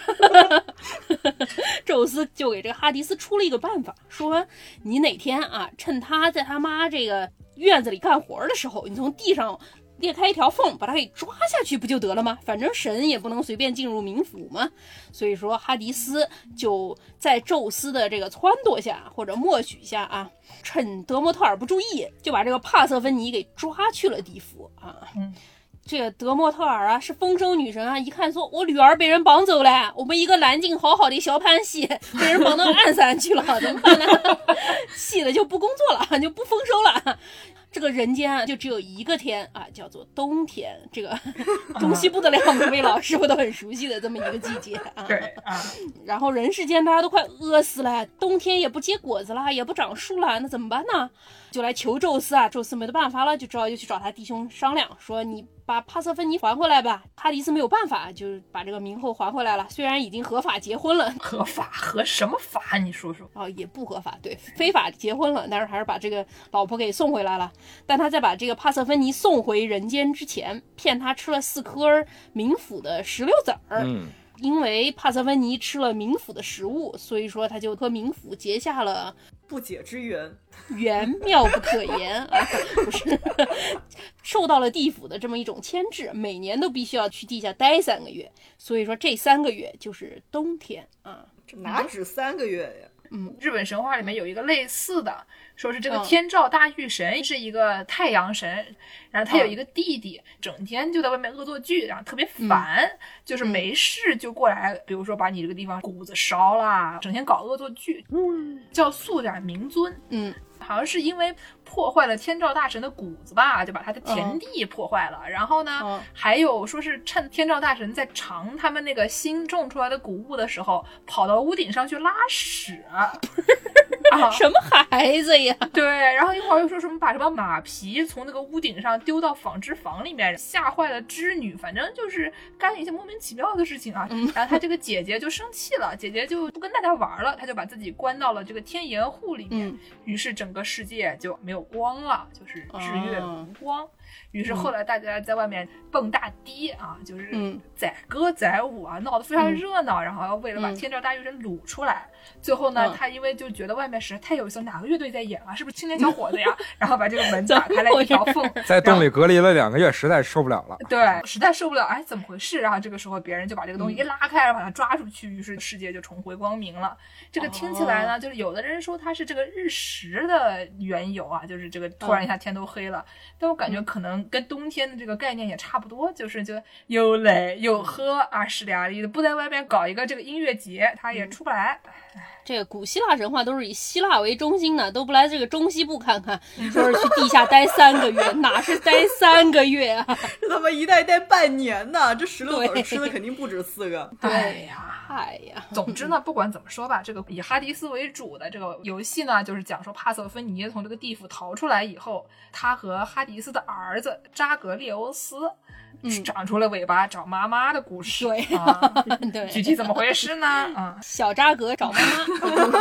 D: 宙斯就给这个哈迪斯出了一个办法，说你哪天啊，趁他在他妈这个院子里干活的时候，你从地上裂开一条缝，把它给抓下去不就得了吗？反正神也不能随便进入冥府嘛。所以说哈迪斯就在宙斯的这个撺掇下或者默许下啊，趁德莫特尔不注意，就把这个帕瑟芬妮给抓去了地府啊。嗯，这个德莫特尔啊是丰收女神啊，一看说我女儿被人绑走了，我们一个南京好好的小潘西被人绑到鞍山去了，怎么办呢？气的就不工作了，就不丰收了。这个人间啊，就只有一个天啊，叫做冬天。这个中西部的两位老师傅都很熟悉的这么一个季节啊。
A: 对啊。
D: 然后人世间大家都快饿死了，冬天也不结果子了，也不长树了，那怎么办呢？就来求宙斯啊，宙斯没得办法了，就只好就去找他弟兄商量，说你把帕瑟芬妮还回来吧。哈迪斯没有办法，就把这个冥后还回来了。虽然已经合法结婚了，
A: 合法合什么法？你说说。
D: 哦，也不合法，对，非法结婚了，但是还是把这个老婆给送回来了。但他在把这个帕瑟芬妮送回人间之前，骗他吃了四颗冥府的石榴籽儿。嗯。因为帕瑟芬妮吃了冥府的食物，所以说他就和冥府结下了
H: 不解之缘，
D: 缘妙不可言啊，不是，受到了地府的这么一种牵制，每年都必须要去地下待三个月，所以说这三个月就是冬天啊。
H: 这哪止三个月呀？
A: 嗯，日本神话里面有一个类似的，说是这个天照大御神是一个太阳神，然后他有一个弟弟，整天就在外面恶作剧，然后特别烦，嗯、就是没事就过来，比如说把你这个地方谷子烧啦，整天搞恶作剧，嗯，叫素点明尊，嗯。好像是因为破坏了天照大神的谷子吧，就把他的田地破坏了。嗯、然后呢，嗯、还有说是趁天照大神在尝他们那个新种出来的谷物的时候，跑到屋顶上去拉屎。啊、
D: 什么孩子呀？
A: 对，然后一会儿又说什么把什么马皮从那个屋顶上丢到纺织坊里面，吓坏了织女，反正就是干了一些莫名其妙的事情啊。嗯、然后他这个姐姐就生气了，姐姐就不跟大家玩了，他就把自己关到了这个天岩户里面。嗯、于是整个世界就没有光了，就是日月无光。哦，于是后来大家在外面蹦大迪啊，就是载歌载舞啊，闹得非常热闹。嗯、然后为了把天照大御神掳出来，嗯、最后呢，嗯、他因为就觉得外面实在太有意思，哪个乐队在演啊？是不是青年小伙子呀？然后把这个门打开了一条缝，
G: 在洞里隔离了两个月，实在受不了了。
A: 对，实在受不了，哎，怎么回事？然后这个时候别人就把这个东西一拉开，然后把它抓出去，于是世界就重回光明了。这个听起来呢，哦、就是有的人说它是这个日食的缘由啊，就是这个突然一下天都黑了，嗯、但我感觉可能跟冬天的这个概念也差不多，就是就又累又喝啊，是俩力的，不在外面搞一个这个音乐节，他也出不来。
D: 嗯、这个古希腊神话都是以希腊为中心的，都不来这个中西部看看，说是去地下待三个月，哪是待三个月啊？
H: 这他妈一待待半年呢！这石榴籽吃的肯定不止四个。
A: 对呀，哎呀，总之呢，不管怎么说吧，这个以哈迪斯为主的这个游戏呢，就是讲说帕瑟芬妮从这个地府逃出来以后，他和哈迪斯的儿子扎格列欧斯。嗯，长出了尾巴找妈妈的故事。
D: 对，
A: 啊、
D: 对，
A: 具体怎么回事呢？啊，
D: 小扎格找妈妈。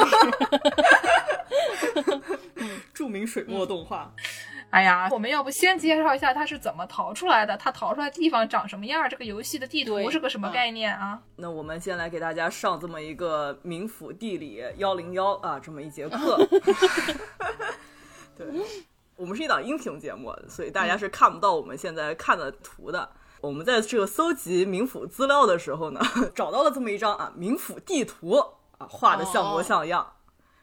H: 嗯，著名水墨动画。
A: 哎呀，我们要不先介绍一下他是怎么逃出来的？他逃出来的地方长什么样？这个游戏的地图是个什么概念啊？
H: 那我们先来给大家上这么一个冥府地理一零一啊，这么一节课。对。我们是一档音频节目，所以大家是看不到我们现在看的图的。嗯、我们在这个搜集冥府资料的时候呢，找到了这么一张啊冥府地图啊，画的像模像样。哦、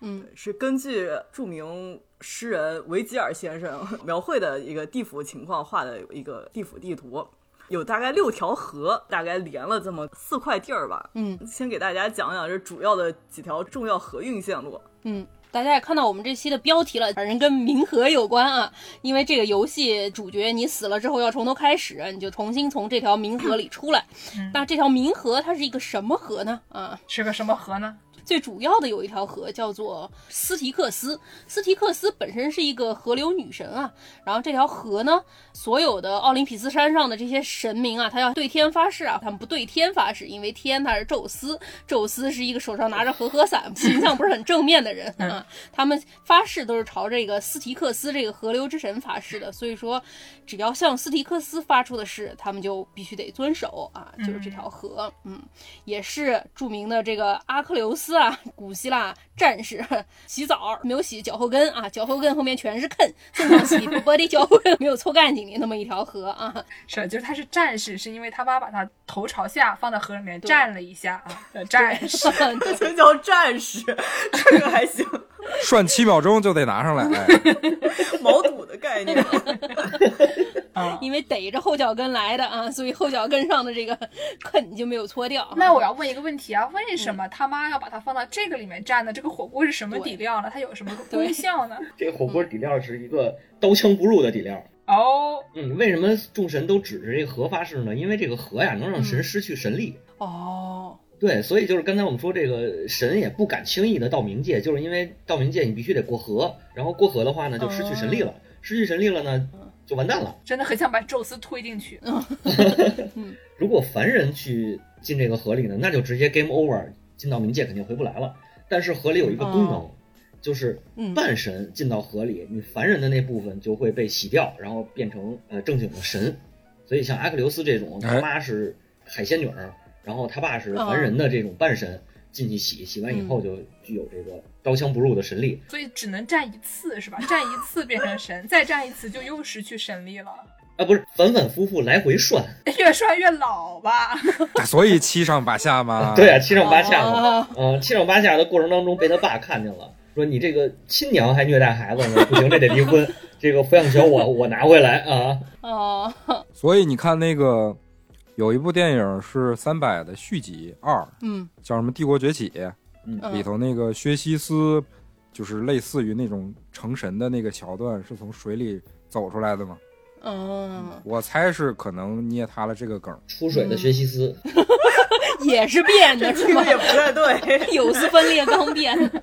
D: 嗯，
H: 是根据著名诗人维吉尔先生描绘的一个地府情况画的一个地府地图，有大概六条河，大概连了这么四块地儿吧。
D: 嗯，
H: 先给大家讲讲这主要的几条重要河运线路。
D: 嗯。大家也看到我们这期的标题了，反正跟冥河有关啊。因为这个游戏主角你死了之后要从头开始，你就重新从这条冥河里出来。
A: 嗯、
D: 那这条冥河它是一个什么河呢？啊，
A: 是个什么河呢？
D: 最主要的有一条河叫做斯提克斯，斯提克斯本身是一个河流女神啊。然后这条河呢，所有的奥林匹斯山上的这些神明啊，他要对天发誓啊，他们不对天发誓，因为天他是宙斯，宙斯是一个手上拿着和合伞，形象不是很正面的人啊。他们发誓都是朝这个斯提克斯这个河流之神发誓的，所以说只要向斯提克斯发出的誓，他们就必须得遵守啊，就是这条河。嗯，也是著名的这个阿克琉斯啊，古希腊战士洗澡没有洗脚后跟啊，脚后跟后面全是坑，正常洗我的脚后跟没有搓干净的那么一条河啊。
A: 是，就是他是战士，是因为他爸把他头朝下放在河里面站了一下啊，战士，
H: 这叫战士，这个还行。
G: 涮七秒钟就得拿上来，
H: 毛肚的概念。
D: 因为逮着后脚跟来的啊，所以后脚跟上的这个坑就没有搓掉。
A: 那我要问一个问题啊，为什么他妈要把它放到这个里面蘸呢？这个火锅是什么底料呢？它有什么功效呢？
F: 这个火锅底料是一个刀枪不入的底料。
A: 哦，
F: 嗯，为什么众神都指着这个河发誓呢？因为这个河呀能让神失去神力。
D: 嗯、哦。
F: 对，所以就是刚才我们说这个神也不敢轻易的到冥界，就是因为到冥界你必须得过河，然后过河的话呢就失去神力了，哦、失去神力了呢就完蛋了。
A: 真的很想把宙斯推进去。
F: 如果凡人去进这个河里呢，那就直接 game over， 进到冥界肯定回不来了。但是河里有一个功能，哦、就是半神进到河里，你凡人的那部分就会被洗掉，然后变成呃正经的神。所以像阿克琉斯这种，他妈是海仙女儿。然后他爸是凡人的这种半神，进去洗洗完以后就具有这个刀枪不入的神力，
A: 所以只能站一次是吧？站一次变成神，再站一次就又失去神力了。
F: 啊，不是，反反复复来回涮，
A: 越涮越老吧？
G: 所以七上八下嘛。
F: 对啊，七上八下嘛。嗯、呃，七上八下的过程当中被他爸看见了，说你这个亲娘还虐待孩子呢，不行，这得离婚，这个抚养权我我拿回来啊。
D: 哦。
G: 所以你看那个。有一部电影是三百的续集二，
D: 嗯，
G: 叫什么《帝国崛起》，
F: 嗯，
G: 里头那个薛西斯，就是类似于那种成神的那个桥段，是从水里走出来的嘛。
D: 嗯，
G: 我猜是可能捏他了这个梗。
F: 出水的薛西斯，
D: 嗯、也是变的，是吗？
H: 也不太对，
D: 有丝分裂刚变的。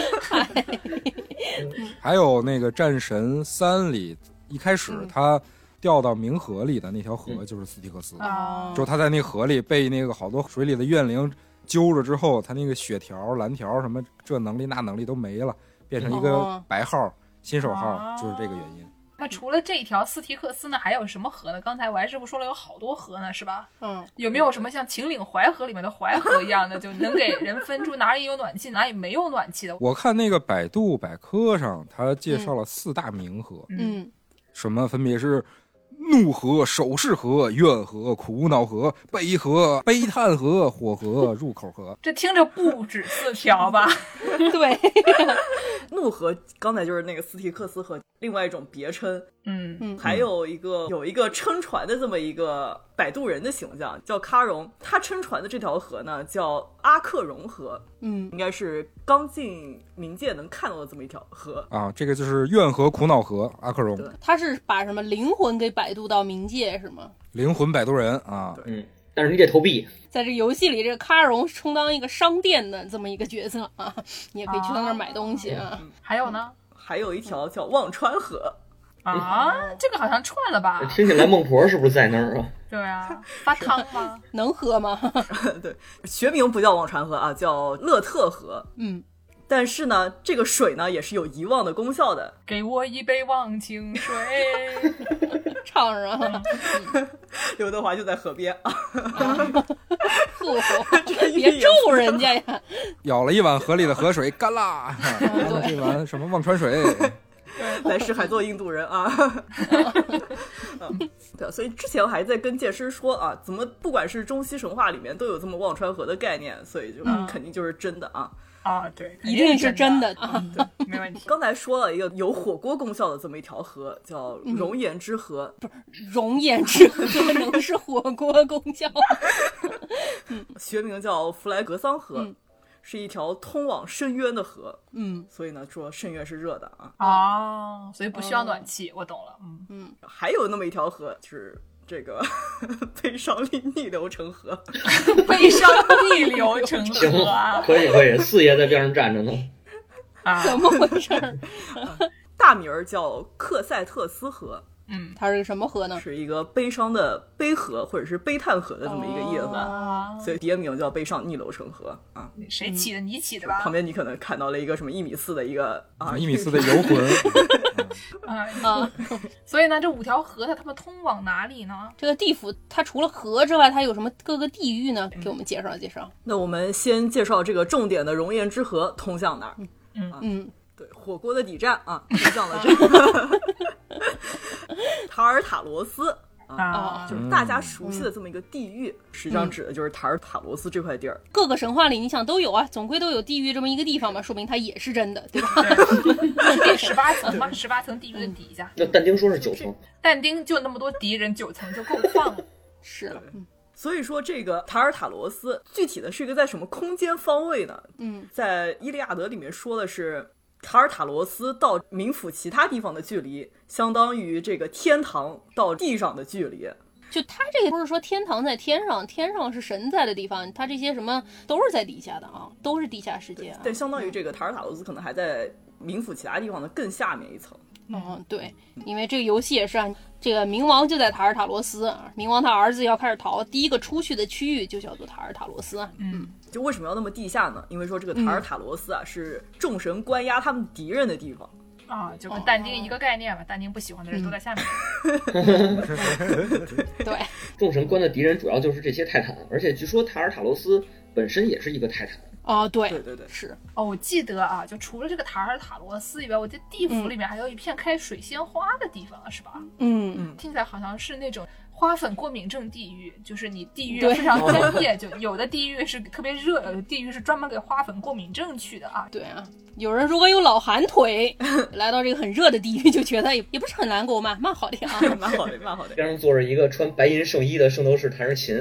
G: 还有那个《战神三》里，一开始他。掉到冥河里的那条河就是斯提克斯，
D: 嗯、
G: 就他在那河里被那个好多水里的怨灵揪着之后，他那个血条、蓝条什么这能力那能力都没了，变成一个白号、哦、新手号，哦、就是这个原因。
A: 那除了这一条斯提克斯呢，还有什么河呢？刚才王师傅说了有好多河呢，是吧？
D: 嗯，
A: 有没有什么像秦岭淮河里面的淮河一样的，就能给人分出哪里有暖气，哪里没有暖气的？
G: 我看那个百度百科上，他介绍了四大冥河，
D: 嗯，
G: 什么分别是。怒河、手势河、怨河、苦恼河、悲河、悲叹河、火河、入口河。
A: 这听着不止四条吧？
D: 对，
H: 怒河刚才就是那个斯提克斯河，另外一种别称。
A: 嗯
H: 嗯，还有一个有一个撑船的这么一个摆渡人的形象，叫喀戎。他撑船的这条河呢，叫阿克戎河。
D: 嗯，
H: 应该是刚进冥界能看到的这么一条河
G: 啊。这个就是怨河、苦恼河，阿克戎。
D: 他是把什么灵魂给摆渡到冥界是吗？
G: 灵魂摆渡人啊，
F: 嗯，但是你得投币。
D: 在这个游戏里，这个喀戎充当一个商店的这么一个角色啊，你也可以去到那儿买东西啊。
A: 嗯、还有呢？
H: 还有一条叫忘川河。
A: 啊，这个好像串了吧？
F: 听起来孟婆是不是在那儿啊？
A: 对啊，发汤吗？
D: 能喝吗？
H: 对，学名不叫忘川河啊，叫勒特河。
D: 嗯，
H: 但是呢，这个水呢也是有遗忘的功效的。
A: 给我一杯忘情水，
D: 唱上了。
H: 刘德华就在河边啊，
D: 呵，别咒人家呀！
G: 舀了一碗河里的河水，干啦！喝了这碗什么忘川水？
H: 来世还做印度人啊。嗯，对，所以之前我还在跟剑师说啊，怎么不管是中西神话里面都有这么忘川河的概念，所以就肯定就是真的啊。
A: 啊，对，
D: 一定是真的
A: 啊，对，没问题。
H: 刚才说了一个有火锅功效的这么一条河，叫熔岩之河。
D: 不是熔岩之河能是火锅功效？
H: 学名叫弗莱格桑河。嗯，是一条通往深渊的河，
D: 嗯，
H: 所以呢，说深渊是热的啊。
A: 哦，所以不需要暖气，哦、我懂了。嗯
H: 嗯，还有那么一条河，就是这个悲伤逆逆流成河。
A: 悲伤逆流成河啊！
F: 可以可以，四爷在边上站着呢。
D: 啊，怎么回事？
H: 大名儿叫克塞特斯河。
D: 嗯，它是个什么河呢？
H: 是一个悲伤的悲河或者是悲叹河的这么一个意思，
A: 哦、
H: 所以别名叫悲伤逆流成河啊。
A: 谁起的？你起的吧？
H: 旁边你可能看到了一个什么一米四的一个啊，
G: 一米四的游魂。
A: 啊啊！所以呢，这五条河它它们通往哪里呢？
D: 这个地府它除了河之外，它有什么各个地域呢？给我们介绍介绍。
H: 那我们先介绍这个重点的熔岩之河通向哪儿？
D: 嗯啊、嗯，
H: 对，火锅的底站啊，通向了这个塔尔塔罗斯啊，就是大家熟悉的这么一个地域，嗯、实际上指的就是塔尔塔罗斯这块地儿。
D: 各个神话里你想都有啊，总归都有地狱这么一个地方嘛，说明它也是真的，对吧？
A: 对，十八层嘛，十八层地狱的底下。
F: 那但丁说是九层，
A: 但丁就那么多敌人，九层就够放了。
D: 是了。
H: 所以说这个塔尔塔罗斯具体的是一个在什么空间方位呢？
D: 嗯，
H: 在伊利亚德里面说的是塔尔塔罗斯到冥府其他地方的距离相当于这个天堂到地上的距离。
D: 就他这个不是说天堂在天上，天上是神在的地方，他这些什么都是在底下的啊，都是地下世界啊。
H: 但相当于这个塔尔塔罗斯可能还在冥府其他地方的更下面一层。
D: 嗯，对，因为这个游戏也是啊，这个冥王就在塔尔塔罗斯啊，冥王他儿子要开始逃，第一个出去的区域就叫做塔尔塔罗斯啊。
A: 嗯，
H: 就为什么要那么地下呢？因为说这个塔尔塔罗斯啊、嗯、是众神关押他们敌人的地方
A: 啊，就跟但丁一个概念吧，但丁不喜欢的人都在下面。
D: 对，
F: 众神关的敌人主要就是这些泰坦，而且据说塔尔塔罗斯本身也是一个泰坦。
D: 哦，对
H: 对对对，
D: 是
A: 哦，我记得啊，就除了这个塔尔塔罗斯以外，我记得地府里面还有一片开水仙花的地方，是吧？
D: 嗯嗯，
A: 听起来好像是那种花粉过敏症地狱，就是你地狱非常专业，就有的地狱是特别热，有的地狱是专门给花粉过敏症去的啊。
D: 对啊，有人如果有老寒腿，来到这个很热的地狱，就觉得也也不是很难过嘛，蛮好的啊，
H: 蛮好的，蛮好的。
F: 边上坐着一个穿白银圣衣的圣斗士弹着琴。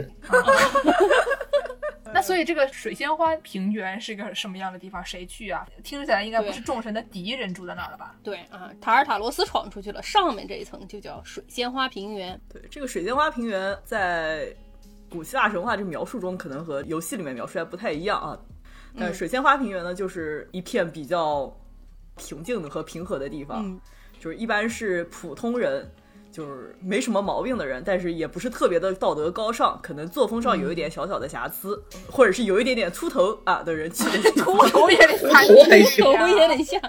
A: 那所以这个水仙花平原是一个什么样的地方？谁去啊？听起来应该不是众神的敌人住在那儿了吧？
D: 对啊，塔尔塔罗斯闯出去了，上面这一层就叫水仙花平原。
H: 对，这个水仙花平原在古希腊神话这描述中，可能和游戏里面描述还不太一样啊。但水仙花平原呢，就是一片比较平静的和平和的地方，
D: 嗯、
H: 就是一般是普通人。就是没什么毛病的人，但是也不是特别的道德高尚，可能作风上有一点小小的瑕疵，嗯、或者是有一点点秃头啊的人去的
A: 秃头也得像，
D: 秃头也得像。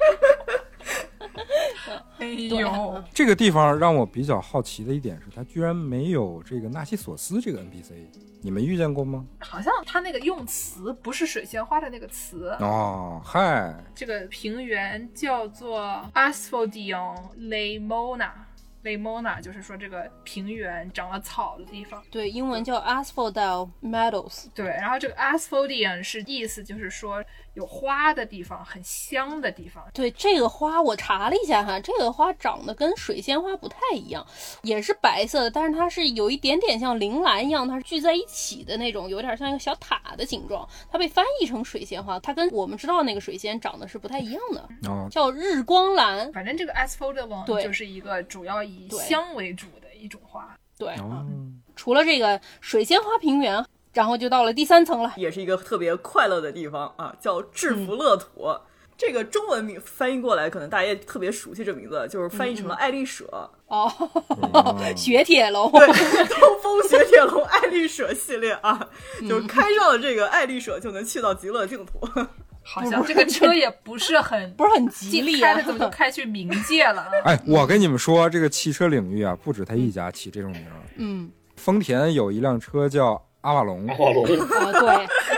A: 哎呦，
G: 这个地方让我比较好奇的一点是，它居然没有这个纳西索斯这个 N P C， 你们遇见过吗？
A: 好像他那个用词不是水仙花的那个词
G: 哦，嗨，
A: 这个平原叫做 Asphodel Lemona。Lemona 就是说这个平原长了草的地方，
D: 对，英文叫 Asphodel Meadows。
A: 对，然后这个 Asphodel 是意思就是说有花的地方，很香的地方。
D: 对，这个花我查了一下哈，这个花长得跟水仙花不太一样，也是白色的，但是它是有一点点像铃兰一样，它是聚在一起的那种，有点像一个小塔的形状。它被翻译成水仙花，它跟我们知道那个水仙长得是不太一样的，
G: 哦、
D: 叫日光兰。
A: 反正这个 Asphodel 就是一个主要以香为主的一种花。
D: 对，
G: 哦、
D: 除了这个水仙花平原，然后就到了第三层了，
H: 也是一个特别快乐的地方啊，叫制服乐土。嗯、这个中文名翻译过来，可能大家也特别熟悉这名字，就是翻译成了爱丽舍。
D: 哦，雪铁龙，
H: 对，东风雪铁龙爱丽舍系列啊，嗯、就是开上了这个爱丽舍就能去到极乐净土。
A: 好像这个车也不是很
D: 不是很吉利啊，
A: 开的怎么就开去冥界了啊？
G: 哎，我跟你们说，这个汽车领域啊，不止他一家起这种名。
D: 嗯，
G: 丰田有一辆车叫阿瓦隆。
F: 阿瓦隆，
D: 哦，对，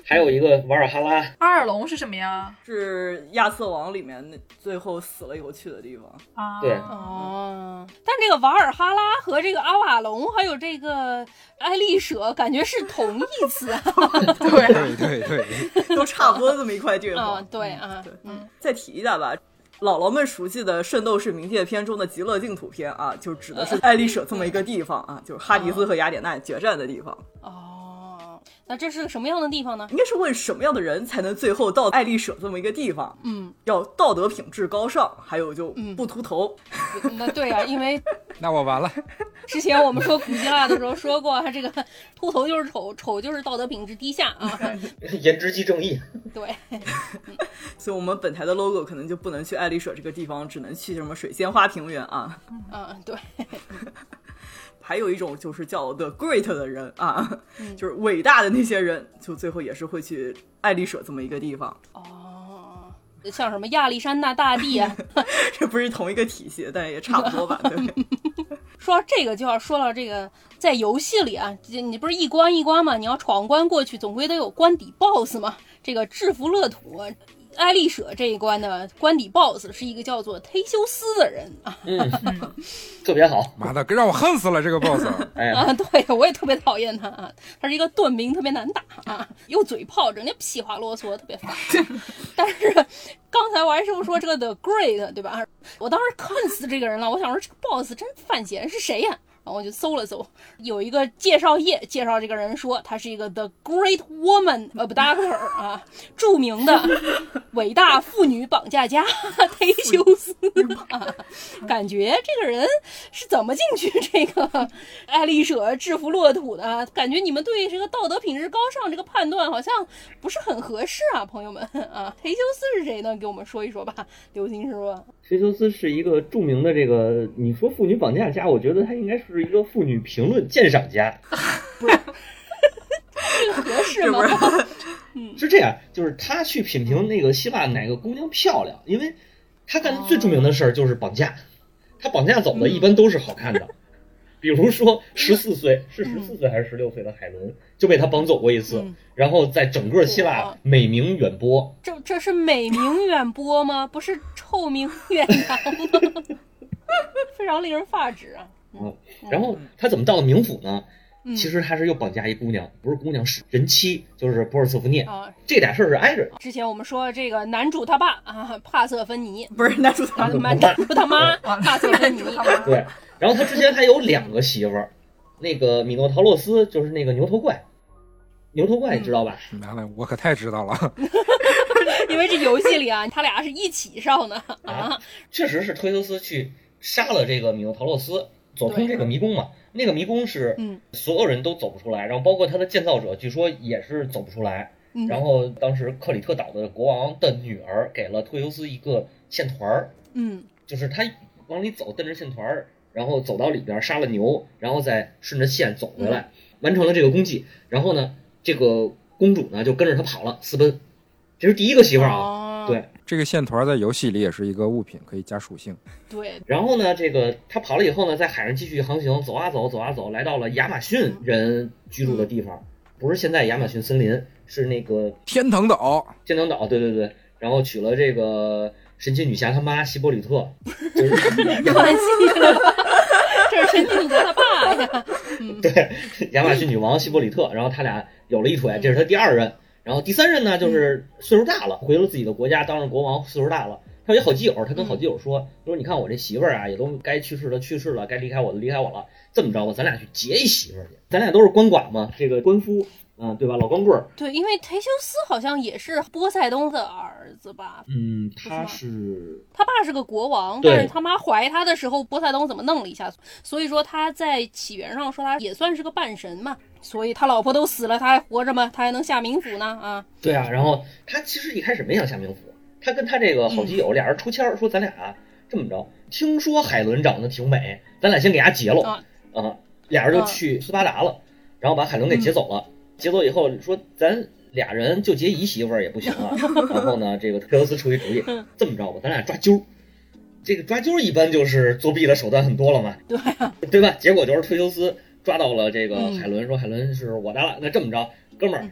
F: 还有一个瓦尔哈拉。
A: 阿尔隆是什么呀？
H: 是亚瑟王里面那最后死了以后去的地方
A: 啊。
F: 对
D: 哦，但这个瓦尔哈拉和这个阿瓦隆还有这个艾丽舍感觉是同义词啊。
A: 对
G: 对对对，
H: 都差不多这么一块地方。
D: 啊，对啊，
H: 对，
D: 嗯，
H: 再提一下吧。姥姥们熟悉的《圣斗士冥界篇》中的极乐净土篇啊，就指的是艾丽舍这么一个地方啊，就是哈迪斯和雅典娜决战的地方。
D: 哦，那这是个什么样的地方呢？
H: 应该是问什么样的人才能最后到艾丽舍这么一个地方？
D: 嗯，
H: 要道德品质高尚，还有就不秃头。
D: 嗯、那对啊，因为
G: 那我完了。
D: 之前我们说古希腊的时候说过，这个秃头就是丑，丑就是道德品质低下啊。
F: 颜值即正义。
D: 对，
H: 所以我们本台的 logo 可能就不能去艾丽舍这个地方，只能去什么水仙花平原啊。
D: 嗯，对。
H: 还有一种就是叫 The Great 的人啊、嗯，就是伟大的那些人，就最后也是会去艾丽舍这么一个地方。
D: 哦，像什么亚历山大大帝啊，
H: 这不是同一个体系，但也差不多吧？对。
D: 说到这个，就要说到这个，在游戏里啊，你不是一关一关嘛，你要闯关过去，总归得有关底 boss 嘛。这个制服乐土。艾丽舍这一关的关底 boss 是一个叫做忒修斯的人啊，
F: 嗯，特别好，
G: 妈的，让我恨死了这个 boss。
F: 哎
D: 啊，对我也特别讨厌他啊，他是一个盾兵，特别难打啊，又嘴炮，整天屁话啰嗦，特别烦。但是刚才我还是说这个 The Great 对吧？我当时看死这个人了，我想说这个 boss 真犯闲是谁呀？然后我就搜了搜，有一个介绍页介绍这个人说他是一个 The Great Woman Abductor 啊，著名的伟大妇女绑架家忒修斯啊，感觉这个人是怎么进去这个艾丽舍制服乐土的？感觉你们对这个道德品质高尚这个判断好像不是很合适啊，朋友们啊，忒修斯是谁呢？给我们说一说吧，刘星师傅。
F: 忒修斯是一个著名的这个，你说妇女绑架家，我觉得他应该是一个妇女评论鉴赏家。
D: 不是，这个合适吗？
F: 是这样，就是他去品评那个希腊哪个姑娘漂亮，因为他干的最著名的事儿就是绑架，他绑架走的一般都是好看的。比如说十四岁是十四岁还是十六岁的海伦就被他绑走过一次，嗯、然后在整个希腊美名远播。
D: 这这是美名远播吗？不是臭名远扬吗？非常令人发指啊！
F: 嗯，然后他怎么到了冥府呢？嗯、其实他是又绑架一姑娘，不是姑娘是人妻，就是波尔瑟福涅。啊，这俩事儿是挨着。
D: 之前我们说这个男主他爸啊，帕瑟芬妮，
H: 不是男主他
D: 妈，男主他妈，帕瑟芬妮。
F: 对。然后他之前还有两个媳妇儿，那个米诺陶洛斯就是那个牛头怪，牛头怪你知道吧？
G: 完了，我可太知道了。
D: 因为这游戏里啊，他俩是一起上的啊。
F: 啊确实是忒修斯去杀了这个米诺陶洛斯，走通这个迷宫嘛。那个迷宫是所有人都走不出来，然后包括他的建造者，据说也是走不出来。嗯、然后当时克里特岛的国王的女儿给了忒修斯一个线团，嗯，就是他往里走，蹬着线团。然后走到里边杀了牛，然后再顺着线走回来，嗯、完成了这个功绩。然后呢，这个公主呢就跟着他跑了，私奔。这是第一个媳妇儿啊。哦、对，
G: 这个线团在游戏里也是一个物品，可以加属性。
D: 对。
F: 然后呢，这个他跑了以后呢，在海上继续航行，走啊走，走啊走，来到了亚马逊人居住的地方，嗯、不是现在亚马逊森林，是那个
G: 天堂岛。
F: 天堂岛，对对对。然后娶了这个神奇女侠他妈希波里特，就是
D: 关系了。这是神奇女侠他爸呀，
F: 嗯、对，亚马逊女王希波里特，然后他俩有了一腿，这是他第二任，然后第三任呢，就是岁数大了，回了自己的国家，当上国王，岁数大了，他有一好基友，他跟好基友说，说你看我这媳妇儿啊，也都该去世的去世了，该离开我的离开我了，这么着吧，咱俩去结一媳妇儿去，咱俩都是鳏寡嘛，这个官夫。嗯，对吧？老光棍儿。
D: 对，因为忒修斯好像也是波塞冬的儿子吧？
F: 嗯，他是
D: 他爸是个国王，但是他妈怀他的时候，波塞冬怎么弄了一下？所以说他在起源上说他也算是个半神嘛。所以他老婆都死了，他还活着吗？他还能下冥府呢？啊？
F: 对啊，然后他其实一开始没想下冥府，他跟他这个好基友、嗯、俩人出签说咱俩、啊、这么着，听说海伦长得挺美，咱俩先给他结了啊、呃，俩人就去斯巴达了，然后把海伦给劫走了。嗯结走以后说咱俩人就结一媳妇儿也不行啊，然后呢这个忒修斯出一主意，这么着吧，咱俩抓阄，这个抓阄一般就是作弊的手段很多了嘛，
D: 对啊，
F: 对吧？结果就是忒修斯抓到了这个海伦，说海伦是我的了，那这么着，哥们儿，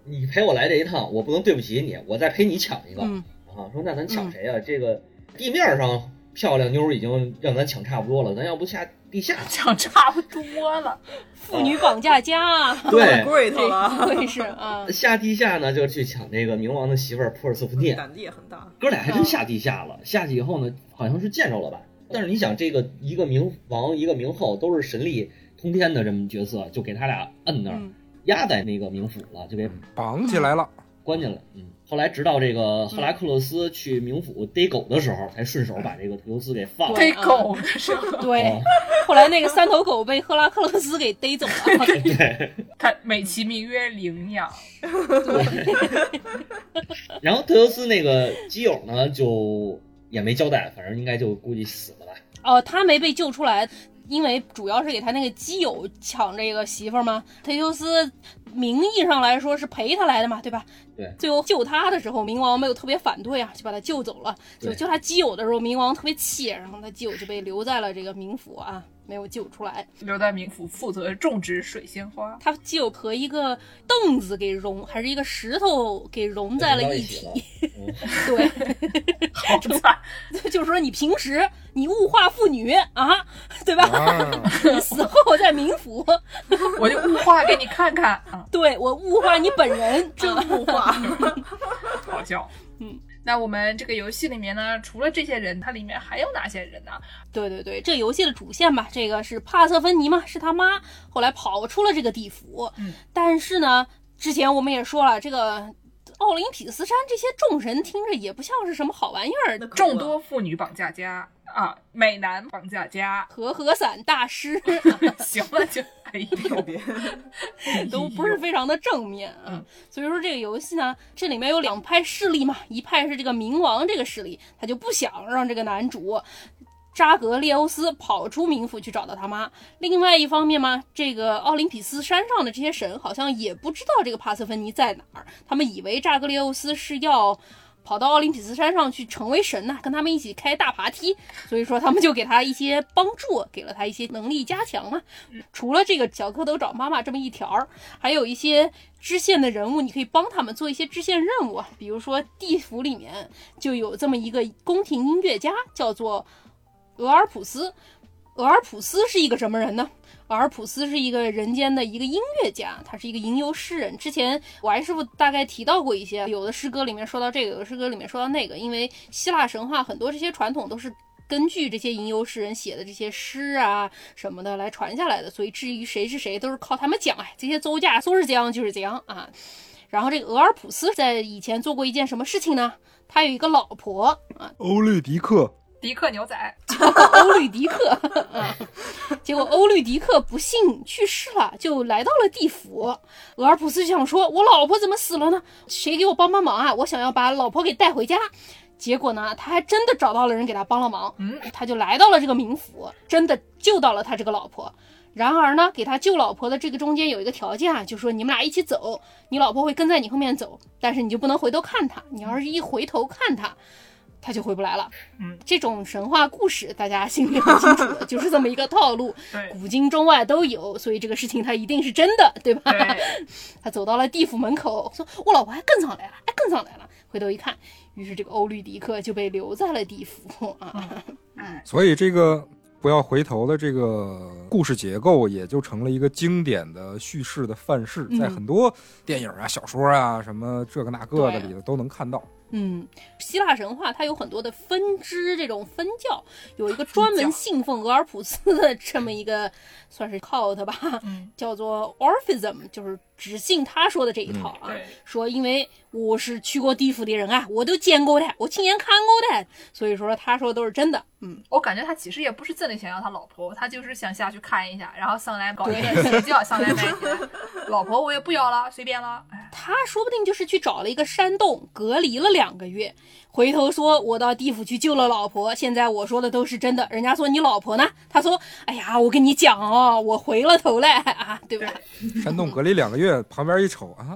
I: 你陪我来这一趟，我不能对不起你，我再陪你抢一个、
D: 嗯、
I: 啊。说那咱抢谁呀、啊嗯？这个地面上漂亮妞已经让咱抢差不多了，咱要不下地下
A: 抢差不多了。
D: 妇女绑架家，
I: 对，
H: 贵头了，
D: 对是啊。
I: 下地下呢，就去抢这个冥王的媳妇儿珀尔瑟福涅，
H: 胆子也很大。
I: 哥俩还真下地下了，下去以后呢，好像是见着了吧？但是你想，这个一个冥王，一个冥后，都是神力通天的这么角色，就给他俩摁那儿，嗯、压在那个冥府了，就给
G: 绑起来了，
I: 关进来。嗯，后来直到这个赫拉克勒斯去冥府逮狗的时候，才顺手把这个忒修斯给放了。
A: 逮狗的时候，
D: 对。哦后来那个三头狗被赫拉克勒斯给逮走了。
I: 对，
A: 他美其名曰领养。
I: 对。然后忒修斯那个基友呢，就也没交代，反正应该就估计死了吧。
D: 哦，他没被救出来。因为主要是给他那个基友抢这个媳妇儿嘛，忒修斯名义上来说是陪他来的嘛，对吧？
I: 对。
D: 最后救他的时候，冥王没有特别反对啊，就把他救走了。就救他基友的时候，冥王特别气，然后他基友就被留在了这个冥府啊，没有救出来。
A: 留在冥府负责种植水仙花。
D: 他基友和一个凳子给融，还是一个石头给融在了一起。
I: 嗯、
D: 对，
A: 好惨。
D: 就是说你平时你物化妇女啊，对吧？啊、你死后在冥府，
A: 我就物化给你看看。啊、
D: 对，我物化你本人，真物化，
A: 好笑。嗯，那我们这个游戏里面呢，除了这些人，它里面还有哪些人呢？
D: 对对对，这游戏的主线吧，这个是帕瑟芬妮嘛，是他妈，后来跑出了这个地府。嗯，但是呢，之前我们也说了，这个奥林匹斯山这些众神听着也不像是什么好玩意儿，
A: 众多妇女绑架家啊，美男绑架家，
D: 和合伞大师，
A: 行了就。哎呦，
D: 都不是非常的正面啊、嗯，所以说这个游戏呢，这里面有两派势力嘛，一派是这个冥王这个势力，他就不想让这个男主扎格列欧斯跑出冥府去找到他妈。另外一方面嘛，这个奥林匹斯山上的这些神好像也不知道这个帕瑟芬妮在哪儿，他们以为扎格列欧斯是要跑到奥林匹斯山上去成为神呐、啊，跟他们一起开大爬梯，所以说他们就给他一些帮助，给了他一些能力加强嘛。除了这个小蝌蚪找妈妈这么一条，还有一些支线的人物，你可以帮他们做一些支线任务，比如说地府里面就有这么一个宫廷音乐家，叫做俄尔普斯。俄尔普斯是一个什么人呢？俄尔普斯是一个人间的一个音乐家，他是一个吟游诗人。之前王师傅大概提到过一些，有的诗歌里面说到这个，有的诗歌里面说到那个，因为希腊神话很多这些传统都是根据这些吟游诗人写的这些诗啊什么的来传下来的，所以至于谁是谁都是靠他们讲，哎，这些奏家说是这样就是这样啊。然后这个俄尔普斯在以前做过一件什么事情呢？他有一个老婆啊，
G: 欧律狄克。
A: 迪克牛仔
D: 叫欧律狄克、啊、结果欧律狄克不幸去世了，就来到了地府。俄尔普斯就想说，我老婆怎么死了呢？谁给我帮帮忙啊，我想要把老婆给带回家。结果呢，他还真的找到了人给他帮了忙，嗯，他就来到了这个冥府，真的救到了他这个老婆。然而呢，给他救老婆的这个中间有一个条件啊，就说你们俩一起走，你老婆会跟在你后面走，但是你就不能回头看他，你要是一回头看他他就回不来了。嗯，这种神话故事大家心里很清楚的，就是这么一个套路，古今中外都有，所以这个事情它一定是真的，对吧？对。他走到了地府门口，说我老婆还跟上来了，还跟上来了，回头一看，于是这个欧律狄克就被留在了地府啊。
G: 嗯，所以这个不要回头的这个故事结构也就成了一个经典的叙事的范式，在很多电影啊、小说啊什么这个那个的里头都能看到。
D: 嗯，希腊神话它有很多的分支，这种分教，有一个专门信奉俄尔普斯的这么一个算是 cult 吧、嗯、叫做 Orphism， 就是只信他说的这一套啊、嗯、说因为我是去过地府的人啊，我都见过的，我亲眼看过的，所以说他说的都是真的。嗯，
A: 我感觉他其实也不是真的想要他老婆，他就是想下去看一下，然后上来搞一点邪教，上来买老婆我也不要了，随便了。
D: 他说不定就是去找了一个山洞隔离了两个月，回头说我到地府去救了老婆，现在我说的都是真的。人家说你老婆呢？他说哎呀我跟你讲哦，我回了头来啊，对吧？
G: 山洞隔离两个月，旁边一瞅啊，哎呦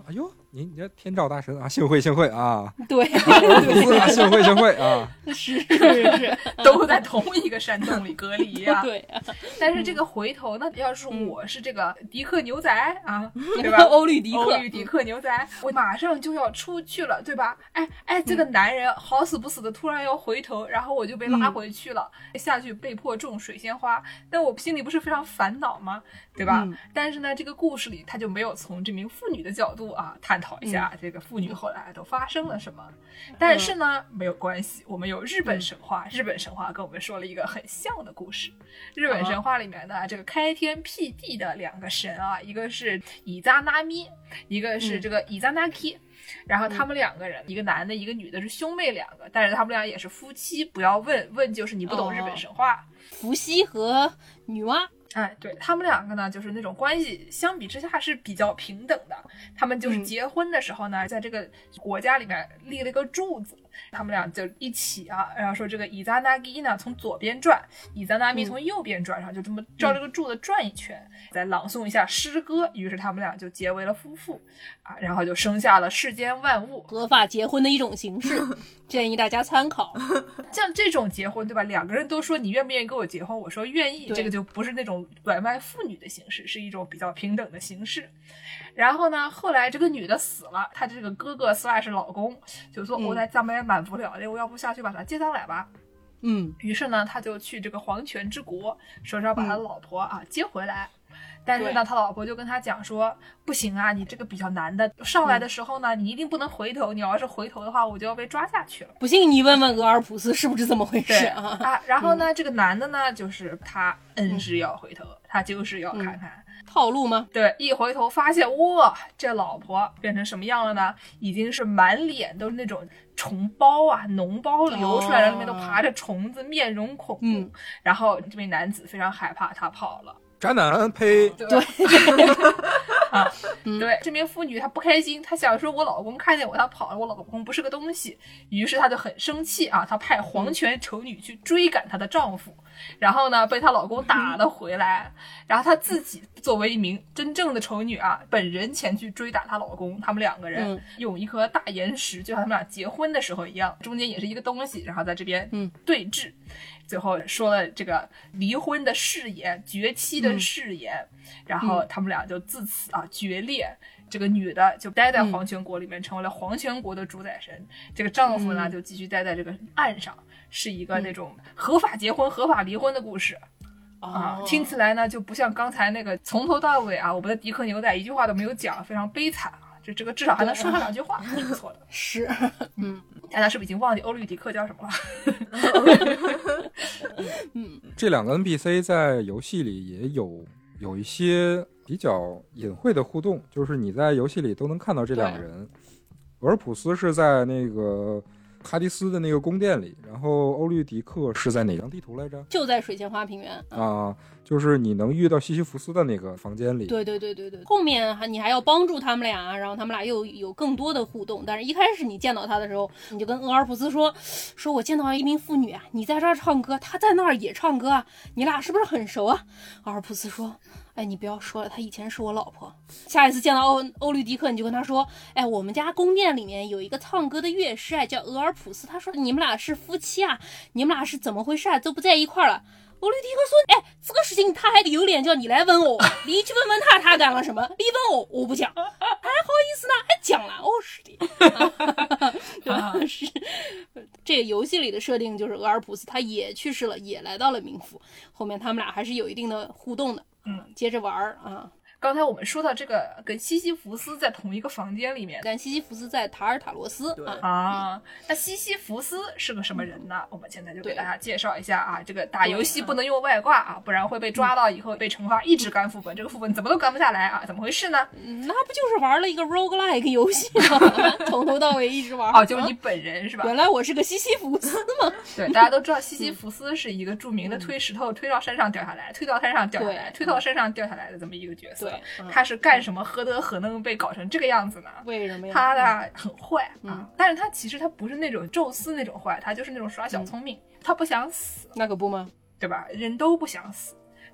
G: 你你这天照大神啊，幸会幸会啊，
D: 对，
G: 对对啊，幸会幸会啊，
D: 是是是，
A: 都在同一个山洞里隔离呀、啊。
D: 对啊，
A: 但是这个回头呢，要是我是这个迪克牛仔啊，对吧？
D: 欧律狄克，
A: 欧律狄克牛仔，我马上就要出去了，对吧？哎哎，这个男人好死不死的突然要回头，然后我就被拉回去了，嗯、下去被迫种水仙花，但我心里不是非常烦恼吗？对吧？嗯、但是呢，这个故事里他就没有从这名妇女的角度啊探讨一下这个妇女后来都发生了什么。嗯、但是呢，没有关系，我们有日本神话，嗯、日本神话跟我们说了一个很像的故事。日本神话里面呢，这个开天辟地的两个神啊，一个是伊扎那咪，一个是这个伊扎那基。然后他们两个人，一个男的，一个女的，是兄妹两个，但是他们俩也是夫妻。不要问，问就是你不懂日本神话。哦、
D: 伏羲和女娲，
A: 哎，对他们两个呢，就是那种关系，相比之下是比较平等的。他们就是结婚的时候呢，嗯、在这个国家里面立了一个柱子，他们俩就一起啊，然后说这个伊扎那基呢从左边转，伊扎那咪从右边转，然后就这么照这个柱子转一圈，嗯、再朗诵一下诗歌，于是他们俩就结为了夫妇啊，然后就生下了世间万物，
D: 合法结婚的一种形式，建议大家参考。
A: 像这种结婚，对吧？两个人都说你愿不愿意跟我结婚，我说愿意，这个就不是那种拐卖妇女的形式，是一种比较平等的形式。然后呢，后来这个女的死了，她这个哥哥slash老公就说：“我在咱们也蛮无聊的，我要不下去把她接上来吧。”
D: 嗯，
A: 于是呢，他就去这个黄泉之国，说是要把他老婆啊、嗯、接回来。但是呢，他老婆就跟他讲说，不行啊，你这个比较难的，上来的时候呢，嗯、你一定不能回头，你要是回头的话，我就要被抓下去了。
D: 不信你问问俄尔普斯是不是这么回事啊？
A: 啊，然后呢，嗯、这个男的呢，就是他恩是要回头，嗯、他就是要看看。
D: 嗯套路吗？
A: 对，一回头发现，哇，这老婆变成什么样了呢？已经是满脸都是那种虫包啊、脓包流出来了，里面都爬着虫子，面容恐怖。
D: 嗯，
A: 然后这位男子非常害怕，他跑了。
G: 渣男呸！
A: 对啊，嗯、对，这名妇女她不开心，她想说我老公看见我，他跑了，我老公不是个东西，于是她就很生气啊，她派黄泉丑女去追赶她的丈夫，然后呢被她老公打了回来，然后她自己作为一名真正的丑女啊，本人前去追打她老公，他们两个人用一颗大岩石，就像他们俩结婚的时候一样，中间也是一个东西，然后在这边对峙。嗯，最后说了这个离婚的誓言，绝妻的誓言，嗯、然后他们俩就自此啊决裂。这个女的就待在黄泉国里面，成为了黄泉国的主宰神。嗯、这个丈夫呢，就继续待在这个岸上，是一个那种合法结婚、合法离婚的故事。啊，听起来呢就不像刚才那个从头到尾啊，我们的迪克牛仔一句话都没有讲，非常悲惨啊。这这个至少还能说上两句话，是不错的。
D: 是，嗯，
A: 大家是不是已经忘记欧律狄克叫什么了？
G: 嗯，这两个 N P C 在游戏里也有有一些比较隐晦的互动，就是你在游戏里都能看到这两个人。俄尔普斯是在那个哈迪斯的那个宫殿里，然后欧律狄克是在哪张地图来着？
D: 就在水仙花平原
G: 啊，就是你能遇到西西弗斯的那个房间里。
D: 对对对对对，后面还你还要帮助他们俩，然后他们俩又有更多的互动。但是一开始你见到他的时候，你就跟俄尔普斯说，说我见到一名妇女啊，你在这儿唱歌，她在那儿也唱歌啊，你俩是不是很熟啊？俄尔普斯说，哎，你不要说了，她以前是我老婆。下一次见到欧欧律狄克，你就跟他说，哎，我们家宫殿里面有一个唱歌的乐师，哎，叫俄尔普斯。他说你们俩是夫妻啊，你们俩是怎么回事啊？都不在一块儿了。欧律狄克说，哎，这个事情他还有脸叫你来问我，你去问问他，他干了什么？你问我，我不讲，还好意思呢，还讲了。哦，是的，对吧？是这个游戏里的设定就是俄尔普斯他也去世了，也来到了冥府，后面他们俩还是有一定的互动的，嗯，接着玩啊。
A: 刚才我们说到这个跟西西弗斯在同一个房间里面，
D: 跟西西弗斯在塔尔塔罗斯
A: 啊, 啊，那西西弗斯是个什么人呢？我们现在就给大家介绍一下啊，这个打游戏不能用外挂啊，不然会被抓到以后被惩罚一直干副本，这个副本怎么都干不下来啊，怎么回事呢？
D: 嗯、那不就是玩了一个 roguelike 游戏吗？从头到尾一直玩。
A: 哦，就是你本人是吧？
D: 原来我是个西西弗斯吗？
A: 对，大家都知道西西弗斯是一个著名的推石头推到山上掉下来，推到山上掉下来，推到山上掉下来的这么一个角色。对，嗯、他是干什么何德何能被搞成这个样子呢？
D: 为什么呀？
A: 他呢很坏、嗯、啊，但是他其实他不是那种宙斯那种坏，他就是那种耍小聪明、嗯、他不想死。
D: 那可不吗？
A: 对吧？人都不想死，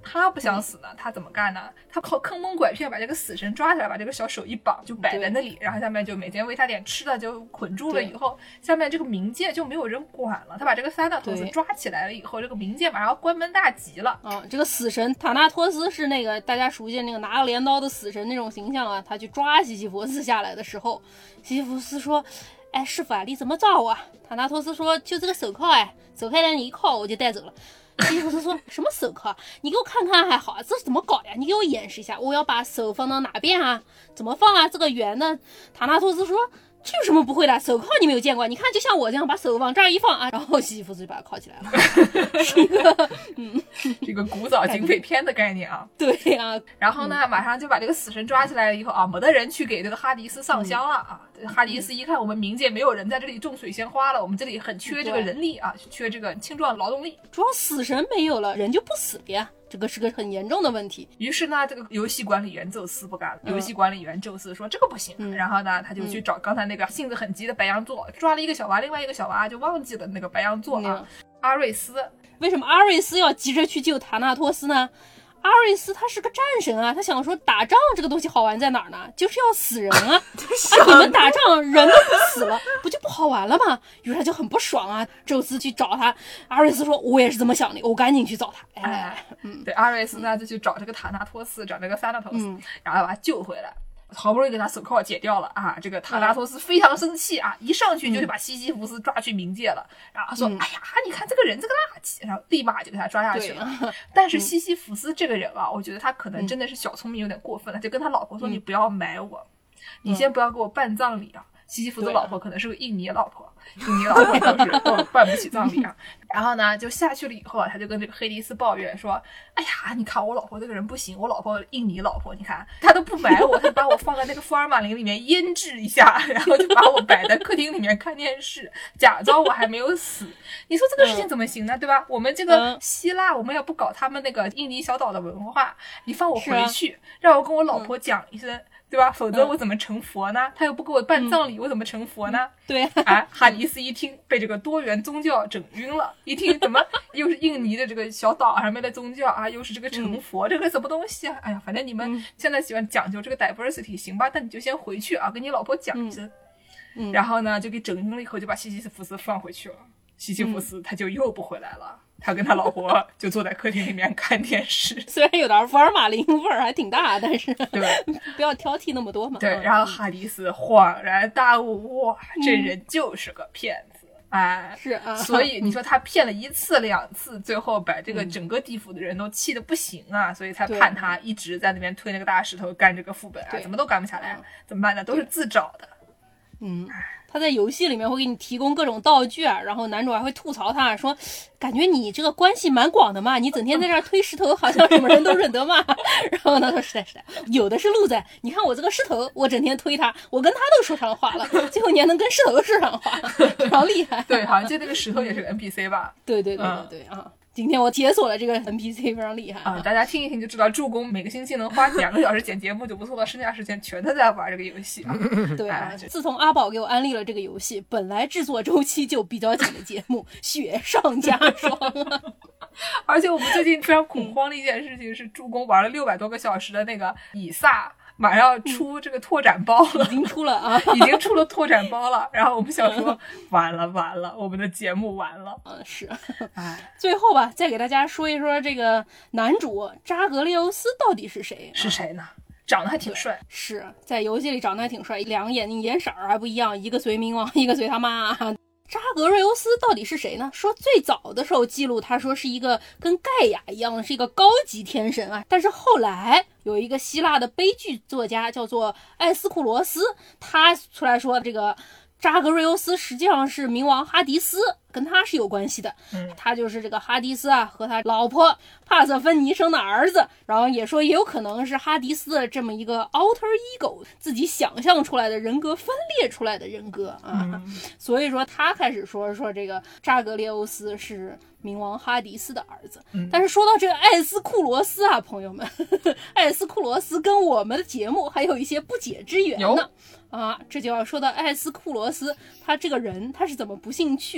A: 他不想死呢，他怎么干呢？他靠坑蒙拐骗把这个死神抓起来，把这个小手一绑就摆在那里，然后下面就每天喂他点吃的，就捆住了以后，下面这个冥界就没有人管了。他把这个萨纳托斯抓起来了以后，这个冥界马上要关门大吉了。
D: 嗯，这个死神塔纳托斯是那个大家熟悉那个拿了镰刀的死神那种形象啊，他去抓西西弗斯下来的时候，西西弗斯说：“哎，师傅啊，你怎么抓我啊？”塔纳托斯说：“就这个手铐，哎，手铐让你一铐我就带走了。”西西弗斯说：“什么手铐？你给我看看还好，这是怎么搞呀？你给我演示一下，我要把手放到哪边啊？怎么放啊？这个圆呢？”塔纳托斯说：“这有什么不会的？手铐你没有见过？你看，就像我这样把手往这儿一放啊，然后西西弗斯就把它铐起来了。”是一个嗯，
A: 这个古早警匪片的概念啊。
D: 对啊，
A: 然后呢，马上就把这个死神抓起来了以后啊，没得人去给这个哈迪斯上香了啊。哈迪斯一看我们冥界没有人在这里种水仙花了，我们这里很缺这个人力啊，缺这个青壮劳动力。
D: 主要死神没有了，人就不死了呀。这个是个很严重的问题。
A: 于是呢，这个游戏管理员宙斯不干了。嗯、游戏管理员宙斯说这个不行、嗯，然后呢，他就去找刚才那个性子很急的白羊座，抓了一个小娃，另外一个小娃就忘记了那个白羊座啊，嗯、阿瑞斯。
D: 为什么阿瑞斯要急着去救塔纳托斯呢？阿瑞斯他是个战神啊，他想说打仗这个东西好玩在哪儿呢？就是要死人啊！啊，你们打仗人都不死了，不就不好玩了吗？于是他就很不爽啊。宙斯去找他，阿瑞斯说：“我也是这么想的，我赶紧去找他。”哎，
A: 嗯，对，阿瑞斯呢就去找这个塔纳托斯，找这个萨纳托斯，嗯、然后把他救回来。好不容易给他手铐解掉了啊！这个塔纳托斯非常生气啊，一上去就把西西弗斯抓去冥界了，然后说：“嗯、哎呀，你看这个人这个垃圾！”然后立马就给他抓下去了。但是西西弗斯这个人啊，我觉得他可能真的是小聪明有点过分了，就跟他老婆说：“你不要埋我，你先不要给我办葬礼啊。”西西弗斯老婆可能是个印尼老婆，印尼老婆都是都办不起葬礼啊。然后呢，就下去了以后啊，他就跟这个黑迪斯抱怨说：“哎呀，你看我老婆这个人不行，我老婆印尼老婆，你看她都不埋我，她把我放在那个福尔马林里面腌制一下，然后就把我摆在客厅里面看电视，假装我还没有死。你说这个事情怎么行呢？对吧？我们这个希腊，我们要不搞他们那个印尼小岛的文化，你放我回去，让我跟我老婆讲一声。”对吧？否则我怎么成佛呢？他又不给我办葬礼，嗯、我怎么成佛呢？
D: 对，
A: 哎，哈迪斯一听被这个多元宗教整晕了，一听怎么又是印尼的这个小岛上面的宗教啊，又是这个成佛，嗯、这个什么东西啊？哎呀，反正你们现在喜欢讲究这个 diversity， 行吧？但你就先回去啊，跟你老婆讲一声。嗯、然后呢，就给整晕了以后，就把西西弗斯放回去了。西西弗斯他就又不回来了。嗯他跟他老婆就坐在客厅里面看电视，
D: 虽然有点福尔马林味儿还挺大，但是
A: 对，
D: 不要挑剔那么多嘛。
A: 对，然后哈迪斯恍然大悟，哇，这人就是个骗子，嗯、哎，
D: 是啊。
A: 所以你说他骗了一次两次，最后把这个整个地府的人都气得不行啊，嗯、所以才判他一直在那边推那个大石头干这个副本啊，怎么都干不下来，怎么办呢？都是自找的。
D: 嗯。他在游戏里面会给你提供各种道具啊，然后男主还会吐槽他说，感觉你这个关系蛮广的嘛，你整天在这儿推石头，好像什么人都认得嘛。然后他说是的是的，有的是路子，你看我这个石头，我整天推他，我跟他都说上话了，最后你还能跟石头说上话，非常厉害。
A: 对，好像就那个石头也是个 N P C 吧？
D: 对对对对对、嗯、啊。今天我解锁了这个 N P C， 非常厉害
A: 啊！大家听一听就知道，助攻每个星期能花两个小时剪节目就不错了，剩下时间全都在玩这个游戏啊！
D: 对啊，哎、自从阿宝给我安利了这个游戏，本来制作周期就比较紧的节目雪上加霜啊！
A: 而且我们最近非常恐慌的一件事情是，助攻玩了六百多个小时的那个以撒。马上要出这个拓展包了，
D: 已经出了啊，
A: 已经出了拓展包了。然后我们想说，完了完了，我们的节目完了。
D: 嗯，是。哎，最后吧，再给大家说一说这个男主扎格列欧斯到底是谁？
A: 是谁呢？长得还挺帅，
D: 是在游戏里长得还挺帅，两个眼睛颜色还不一样，一个随冥王，一个随他妈。扎格瑞欧斯到底是谁呢？说最早的时候记录他说是一个跟盖亚一样的是一个高级天神啊，但是后来有一个希腊的悲剧作家叫做艾斯库罗斯，他出来说这个扎格瑞欧斯实际上是冥王哈迪斯，跟他是有关系的。嗯，他就是这个哈迪斯啊和他老婆帕瑟芬妮生的儿子，然后也说也有可能是哈迪斯的这么一个 alter ego 自己想象出来的人格分裂出来的人格啊。嗯、所以说他开始说说这个扎格列欧斯是冥王哈迪斯的儿子。嗯、但是说到这个艾斯库罗斯啊，朋友们，呵呵艾斯库罗斯跟我们的节目还有一些不解之缘呢。啊，这就要说到艾斯库罗斯，他这个人他是怎么不幸去世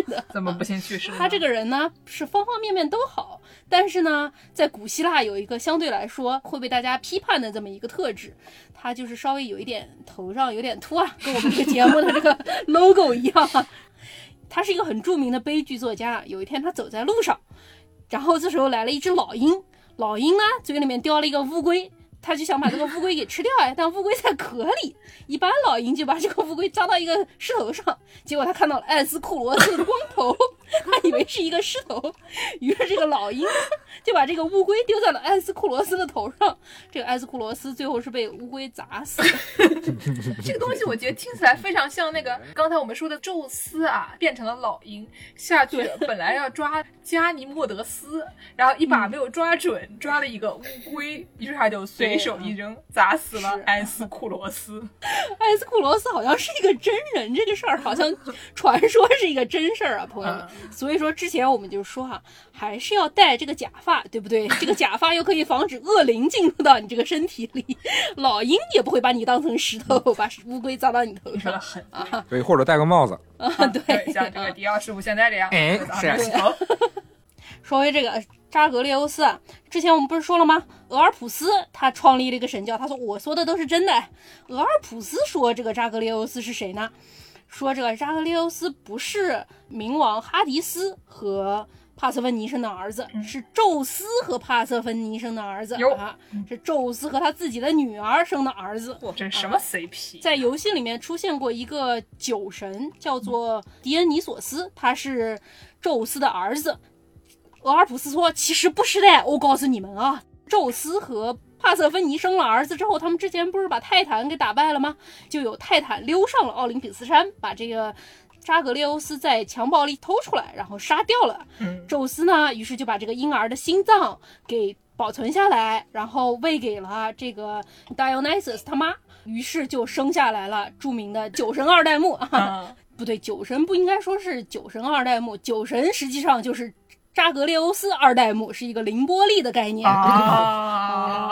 D: 的。
A: 怎么不幸去世呢？
D: 他这个人呢是方方面面都好，但是呢在古希腊有一个相对来说会被大家批判的这么一个特质，他就是稍微有一点头上有点秃啊，跟我们这个节目的这个 logo 一样啊。他是一个很著名的悲剧作家，有一天他走在路上，然后这时候来了一只老鹰，老鹰呢嘴里面叼了一个乌龟，他就想把这个乌龟给吃掉哎，但乌龟在壳里，一般老鹰就把这个乌龟扎到一个石头上，结果他看到了艾斯库罗斯的光头，他以为是一个石头，于是这个老鹰就把这个乌龟丢在了艾斯库罗斯的头上，这个艾斯库罗斯最后是被乌龟砸死。
A: 这个东西我觉得听起来非常像那个刚才我们说的宙斯啊，变成了老鹰下去，本来要抓加尼莫德斯，然后一把没有抓准，嗯、抓了一个乌龟，于是他就随手一扔，砸死了埃斯库罗斯。
D: 埃斯库罗斯好像是一个真人，这个事儿好像传说是一个真事儿啊，朋友们。嗯、所以说之前我们就说哈、啊，还是要戴这个假发，对不对？这个假发又可以防止恶灵进入到你这个身体里，老鹰也不会把你当成石头，把乌龟砸到你头上。
A: 很
D: 啊，
G: 对，或者戴个帽子。
D: 啊，对，
A: 像这个迪奥师傅现在这样。
G: 哎，是。
D: 说回这个扎格列欧斯啊，之前我们不是说了吗？俄尔普斯他创立了一个神教，他说我说的都是真的。俄尔普斯说这个扎格列欧斯是谁呢？说这个扎格列欧斯不是冥王哈迪斯和帕瑟芬妮生的儿子，嗯、是宙斯和帕瑟芬妮生的儿子啊，是宙斯和他自己的女儿生的儿子。
A: 这是什么 C P？、啊、
D: 在游戏里面出现过一个酒神，叫做狄恩尼索斯，他是宙斯的儿子。俄尔普斯说其实不是的，我告诉你们啊，宙斯和帕瑟芬妮生了儿子之后，他们之前不是把泰坦给打败了吗？就有泰坦溜上了奥林匹斯山，把这个扎格列欧斯在襁褓里偷出来，然后杀掉了。嗯，宙斯呢，于是就把这个婴儿的心脏给保存下来，然后喂给了这个 Dionysus 他妈，于是就生下来了著名的酒神二代目。啊、不对，酒神不应该说是酒神二代目，酒神实际上就是扎格列欧斯二代目，是一个凌波丽的概念。啊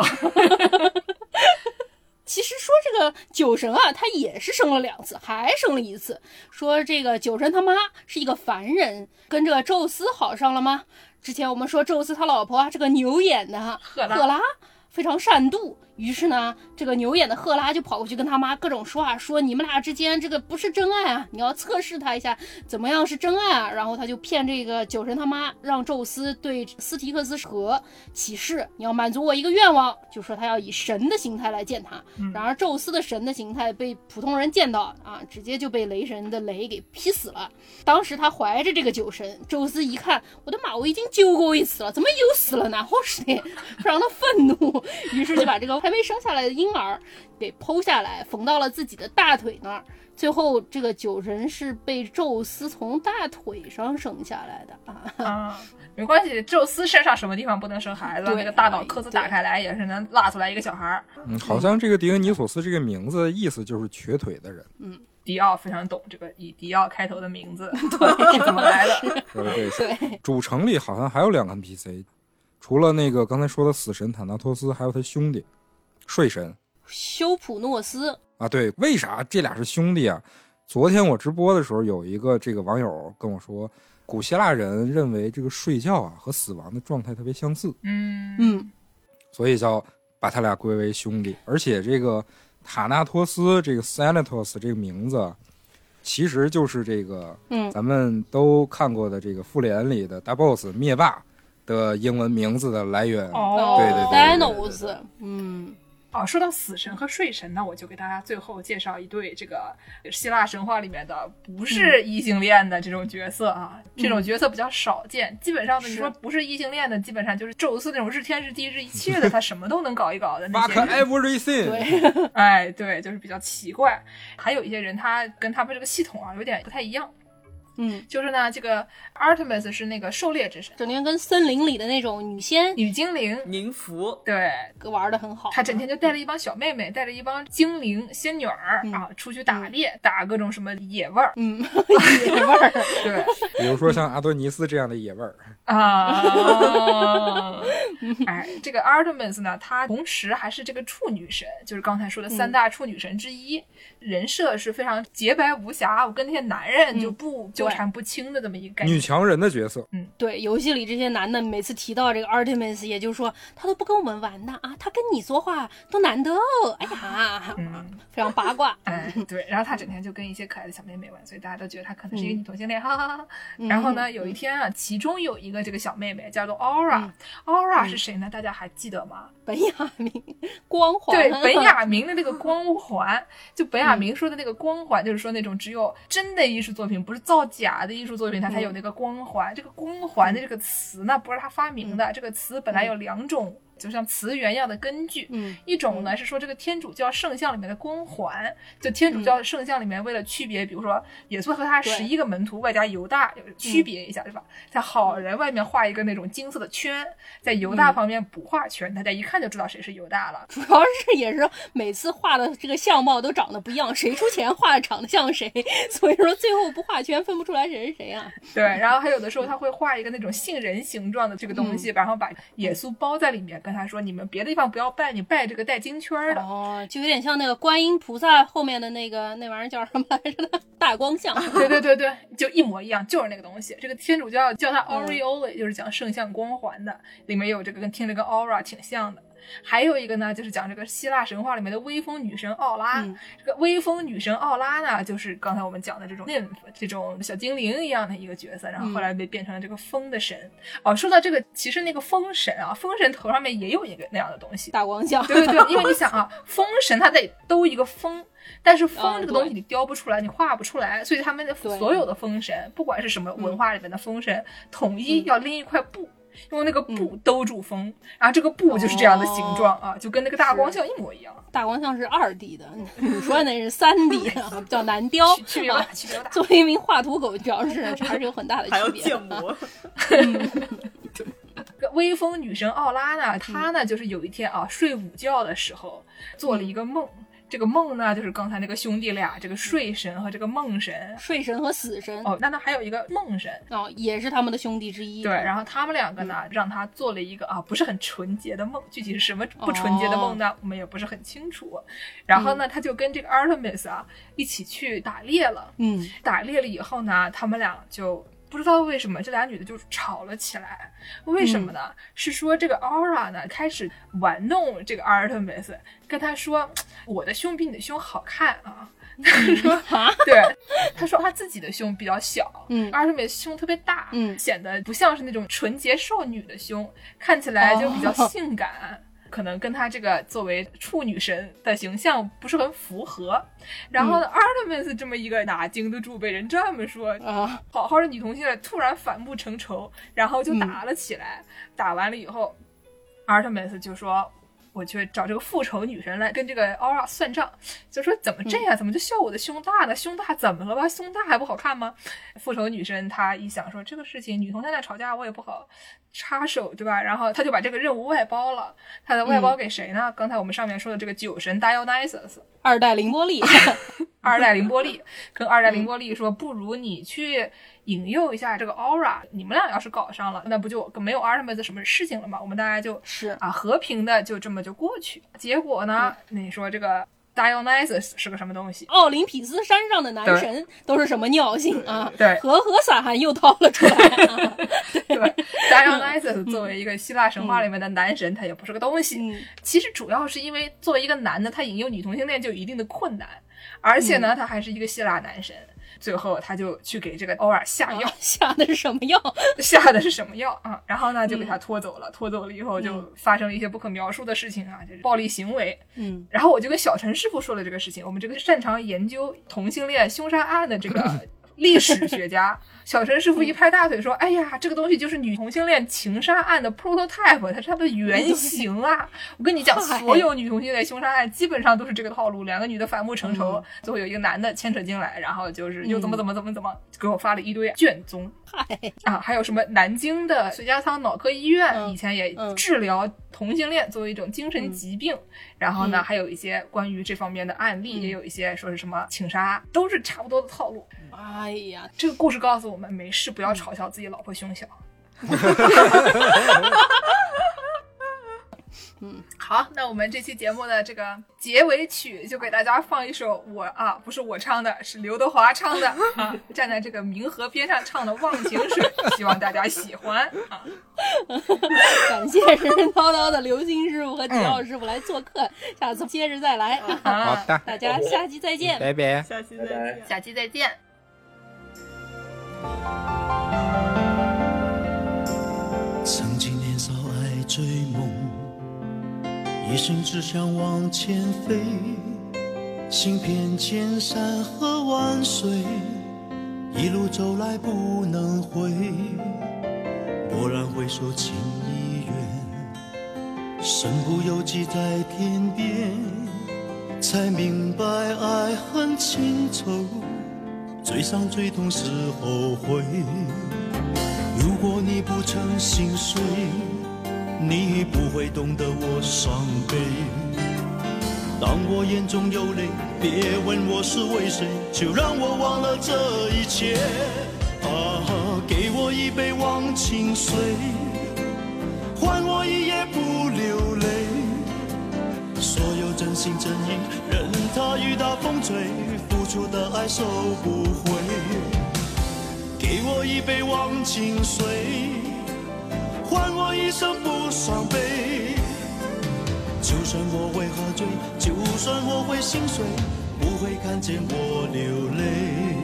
D: 其实说这个酒神啊，他也是生了两次，还生了一次。说这个酒神他妈是一个凡人，跟这个宙斯好上了吗？之前我们说宙斯他老婆啊，这个牛眼的赫拉，赫拉非常善妒，于是呢，这个牛眼的赫拉就跑过去跟他妈各种说啊，说你们俩之间这个不是真爱啊，你要测试他一下怎么样是真爱啊。然后他就骗这个酒神他妈，让宙斯对斯提克斯河起誓，你要满足我一个愿望，就说他要以神的形态来见他。然而宙斯的神的形态被普通人见到啊，直接就被雷神的雷给劈死了。当时他怀着这个酒神，宙斯一看，我的妈，我已经救过一次了，怎么又死了呢？好是的，非常的愤怒，于是就把这个还没生下来的婴儿给剖下来，缝到了自己的大腿那儿。最后这个酒神是被宙斯从大腿上生下来的啊。
A: 啊，没关系，宙斯身上什么地方不能生孩子？那个大脑壳子打开来也是能拉出来一个小孩。
G: 嗯，好像这个狄恩尼索斯这个名字的意思就是瘸腿的人。
A: 嗯。迪奥非常懂这个以迪奥开头的名字对是怎么来的。
G: 对对，主城里好像还有两个 N P C， 除了那个刚才说的死神坦纳托斯，还有他兄弟睡神
D: 修普诺斯
G: 啊。对，为啥这俩是兄弟啊？昨天我直播的时候，有一个这个网友跟我说，古希腊人认为这个睡觉啊和死亡的状态特别相似，
A: 嗯
D: 嗯，
G: 所以叫把他俩归为兄弟。而且这个塔纳托斯这个 Thanatos 这个名字其实就是这个嗯，咱们都看过的这个复联里的大 boss 灭霸的英文名字的来源。
A: 哦，
G: 对对对
D: Thanos， 嗯。
A: 哦，说到死神和睡神呢，我就给大家最后介绍一对这个希腊神话里面的不是异性恋的这种角色啊，嗯、这种角色比较少见。基本上呢，你说不是异性恋的，基本上就是宙斯那种日天日地日一切的，他什么都能搞一搞的那些。
G: Fuck everything。
D: 对，
A: 哎，对，就是比较奇怪。还有一些人，他跟他们这个系统啊有点不太一样。
D: 嗯，
A: 就是呢，这个 Artemis 是那个狩猎之神，
D: 整天跟森林里的那种女仙、
A: 女精灵、
H: 宁芙，
A: 对，
D: 玩的很好。
A: 她整天就带着一帮小妹妹，带着一帮精灵仙女儿、嗯、啊，出去打猎，嗯、打各种什么野味儿，
D: 嗯，野味儿，
A: 对，
G: 比如说像阿多尼斯这样的野味儿
A: 啊。哎，这个 Artemis 呢，她同时还是这个处女神，就是刚才说的三大处女神之一，嗯、人设是非常洁白无瑕，我跟那些男人就不。嗯纠缠不清的这么一个感觉。
G: 女强人的角色。
A: 嗯，
D: 对，游戏里这些男的每次提到这个 Artemis， 也就是说他都不跟我们玩的啊，他跟你说话多难得哦，哎呀，
A: 嗯，
D: 非常八卦。
A: 哎，对，然后他整天就跟一些可爱的小妹妹玩，所以大家都觉得他可能是一个女同性恋，哈哈哈哈。然后呢，有一天啊，其中有一个这个小妹妹叫做 Aura，Aura 是谁呢？大家还记得吗？
D: 本雅明光环。
A: 对，本雅明的那个光环，就本雅明说的那个光环，就是说那种只有真的艺术作品，不是造假的艺术作品，它才有那个光环。这个光环的这个词呢，不是他发明的，这个词本来有两种。就像词源一样的根据，嗯，一种呢是说这个天主教圣像里面的光环，就天主教圣像里面为了区别，比如说耶稣和他十一个门徒外加犹大区别一下，是吧？在好人外面画一个那种金色的圈，在犹大旁边不画圈，大家一看就知道谁是犹大了。
D: 主要是也是每次画的这个相貌都长得不一样，谁出钱画的长得像谁，所以说最后不画圈分不出来谁是谁啊。
A: 对，然后还有的时候他会画一个那种杏仁形状的这个东西，然后把耶稣包在里面。跟他说你们别的地方不要拜，你拜这个带金圈的。
D: 哦，就有点像那个观音菩萨后面的那个那玩意儿叫什么来着的大光像。
A: 对对对对，就一模一样，就是那个东西。这个天主教叫它 aureole，、嗯、就是讲圣像光环的，里面有这个跟听这个 aura 挺像的。还有一个呢，就是讲这个希腊神话里面的微风女神奥拉。嗯、这个微风女神奥拉呢，就是刚才我们讲的这种 nymph 这种小精灵一样的一个角色，然后后来被变成了这个风的神。嗯、哦，说到这个，其实那个风神啊，风神头上面也有一个那样的东西，
D: 大光像。
A: 对对对，因为你想啊，风神它得兜一个风。但是风这个东西你雕不出来、嗯、你画不出来，所以他们的所有的风神，不管是什么文化里面的风神，统一要拎一块布。用那个布兜住风，嗯、然后这个布就是这样的形状、哦、啊，就跟那个大光像一模一样。
D: 大光像是二 D 的，你说那是三 D 的，叫难雕。
A: 区别大，区别大。
D: 作为一名画图狗，主要是还是有很大的区别。
H: 还要建模。
A: 微风女神奥拉呢，她呢就是有一天啊睡午觉的时候做了一个梦。嗯这个梦呢，就是刚才那个兄弟俩，这个睡神和这个梦神，
D: 睡神和死神。
A: 哦，那那还有一个梦神，
D: 哦，也是他们的兄弟之一。
A: 对，然后他们两个呢，嗯、让他做了一个啊，不是很纯洁的梦，具体是什么不纯洁的梦呢？哦、我们也不是很清楚。然后呢，嗯、他就跟这个 Artemis 啊一起去打猎了。嗯，打猎了以后呢，他们俩就。不知道为什么这俩女的就吵了起来，为什么呢？嗯、是说这个 Aura 呢开始玩弄这个 Artemis， 跟他说我的胸比你的胸好看啊。他说啊，对，他说他自己的胸比较小，嗯 ，Artemis 胸特别大，嗯，显得不像是那种纯洁少女的胸，看起来就比较性感。哦可能跟他这个作为处女神的形象不是很符合，然后呢、嗯、Artemis 这么一个哪经得住被人这么说啊，好好的女同性恋突然反目成仇，然后就打了起来。嗯、打完了以后 ，Artemis 就说：“我去找这个复仇女神来跟这个 Aura 算账。”就说怎么这样？怎么就笑我的胸大呢？胸大怎么了吧？胸大还不好看吗？复仇女神她一想说这个事情，女同性恋吵架我也不好。插手对吧？然后他就把这个任务外包了，他的外包给谁呢？嗯、刚才我们上面说的这个酒神 Dionysus，
D: 二代凌波丽，
A: 二代凌波丽跟二代凌波丽说，嗯、不如你去引诱一下这个 Aura， 你们俩要是搞上了，那不就没有 Artemis 什么事情了吗？我们大家就是啊和平的就这么就过去。结果呢，嗯、你说这个。Dionysus 是个什么东西？
D: 奥林匹斯山上的男神都是什么尿性啊？
A: 对，
D: 和和散寒又掏了出来、啊。
A: 对, 对 ，Dionysus 作为一个希腊神话里面的男神，嗯、他也不是个东西。嗯、其实主要是因为作为一个男的，他引诱女同性恋就有一定的困难，而且呢，嗯、他还是一个希腊男神。最后他就去给这个欧尔下药、啊、
D: 下的是什么药
A: 下的是什么药啊？然后呢就给他拖走了、嗯、拖走了以后就发生了一些不可描述的事情啊，就是暴力行为。嗯，然后我就跟小陈师傅说了这个事情，我们这个擅长研究同性恋凶杀案的这个历史学家小陈师傅一拍大腿说：“哎呀，这个东西就是女同性恋情杀案的 prototype， 它是它的原型啊！我跟你讲，所有女同性恋凶杀案基本上都是这个套路，两个女的反目成仇，嗯、最后有一个男的牵扯进来，然后就是又怎么怎么怎么怎么，给我发了一堆卷宗。啊，还有什么南京的随家仓脑科医院、嗯、以前也治疗同性恋作为一种精神疾病，嗯、然后呢、嗯、还有一些关于这方面的案例，嗯、也有一些说是什么情杀，都是差不多的套路。
D: 哎呀，
A: 这个故事告诉我们，没事不要嘲笑自己老婆胸小。
D: 嗯，
A: 好，那我们这期节目的这个结尾曲就给大家放一首我啊，不是我唱的，是刘德华唱的啊，站在这个冥河边上唱的《忘情水》，希望大家喜欢啊。
D: 感谢神神叨叨的刘星师傅和吉奥师傅来做客，下次接着再来。
G: 好的，
D: 大家下期再见，
G: 拜拜，
H: 下期再见，
A: 下期再见。
J: 曾经年少爱追梦，一生只想往前飞，行遍千山和万水，一路走来不能回。蓦然回首，情已远，身不由己在天边，才明白爱恨情仇，最伤最痛是后悔。如果你不曾心碎，你不会懂得我伤悲。当我眼中有泪，别问我是为谁，就让我忘了这一切。啊，给我一杯忘情水，换我一夜不流泪。所有真心真意，任它雨打风吹，付出的爱收不回。给我一杯忘情水，换我一生不伤悲。就算我会喝醉，就算我会心碎，不会看见我流泪。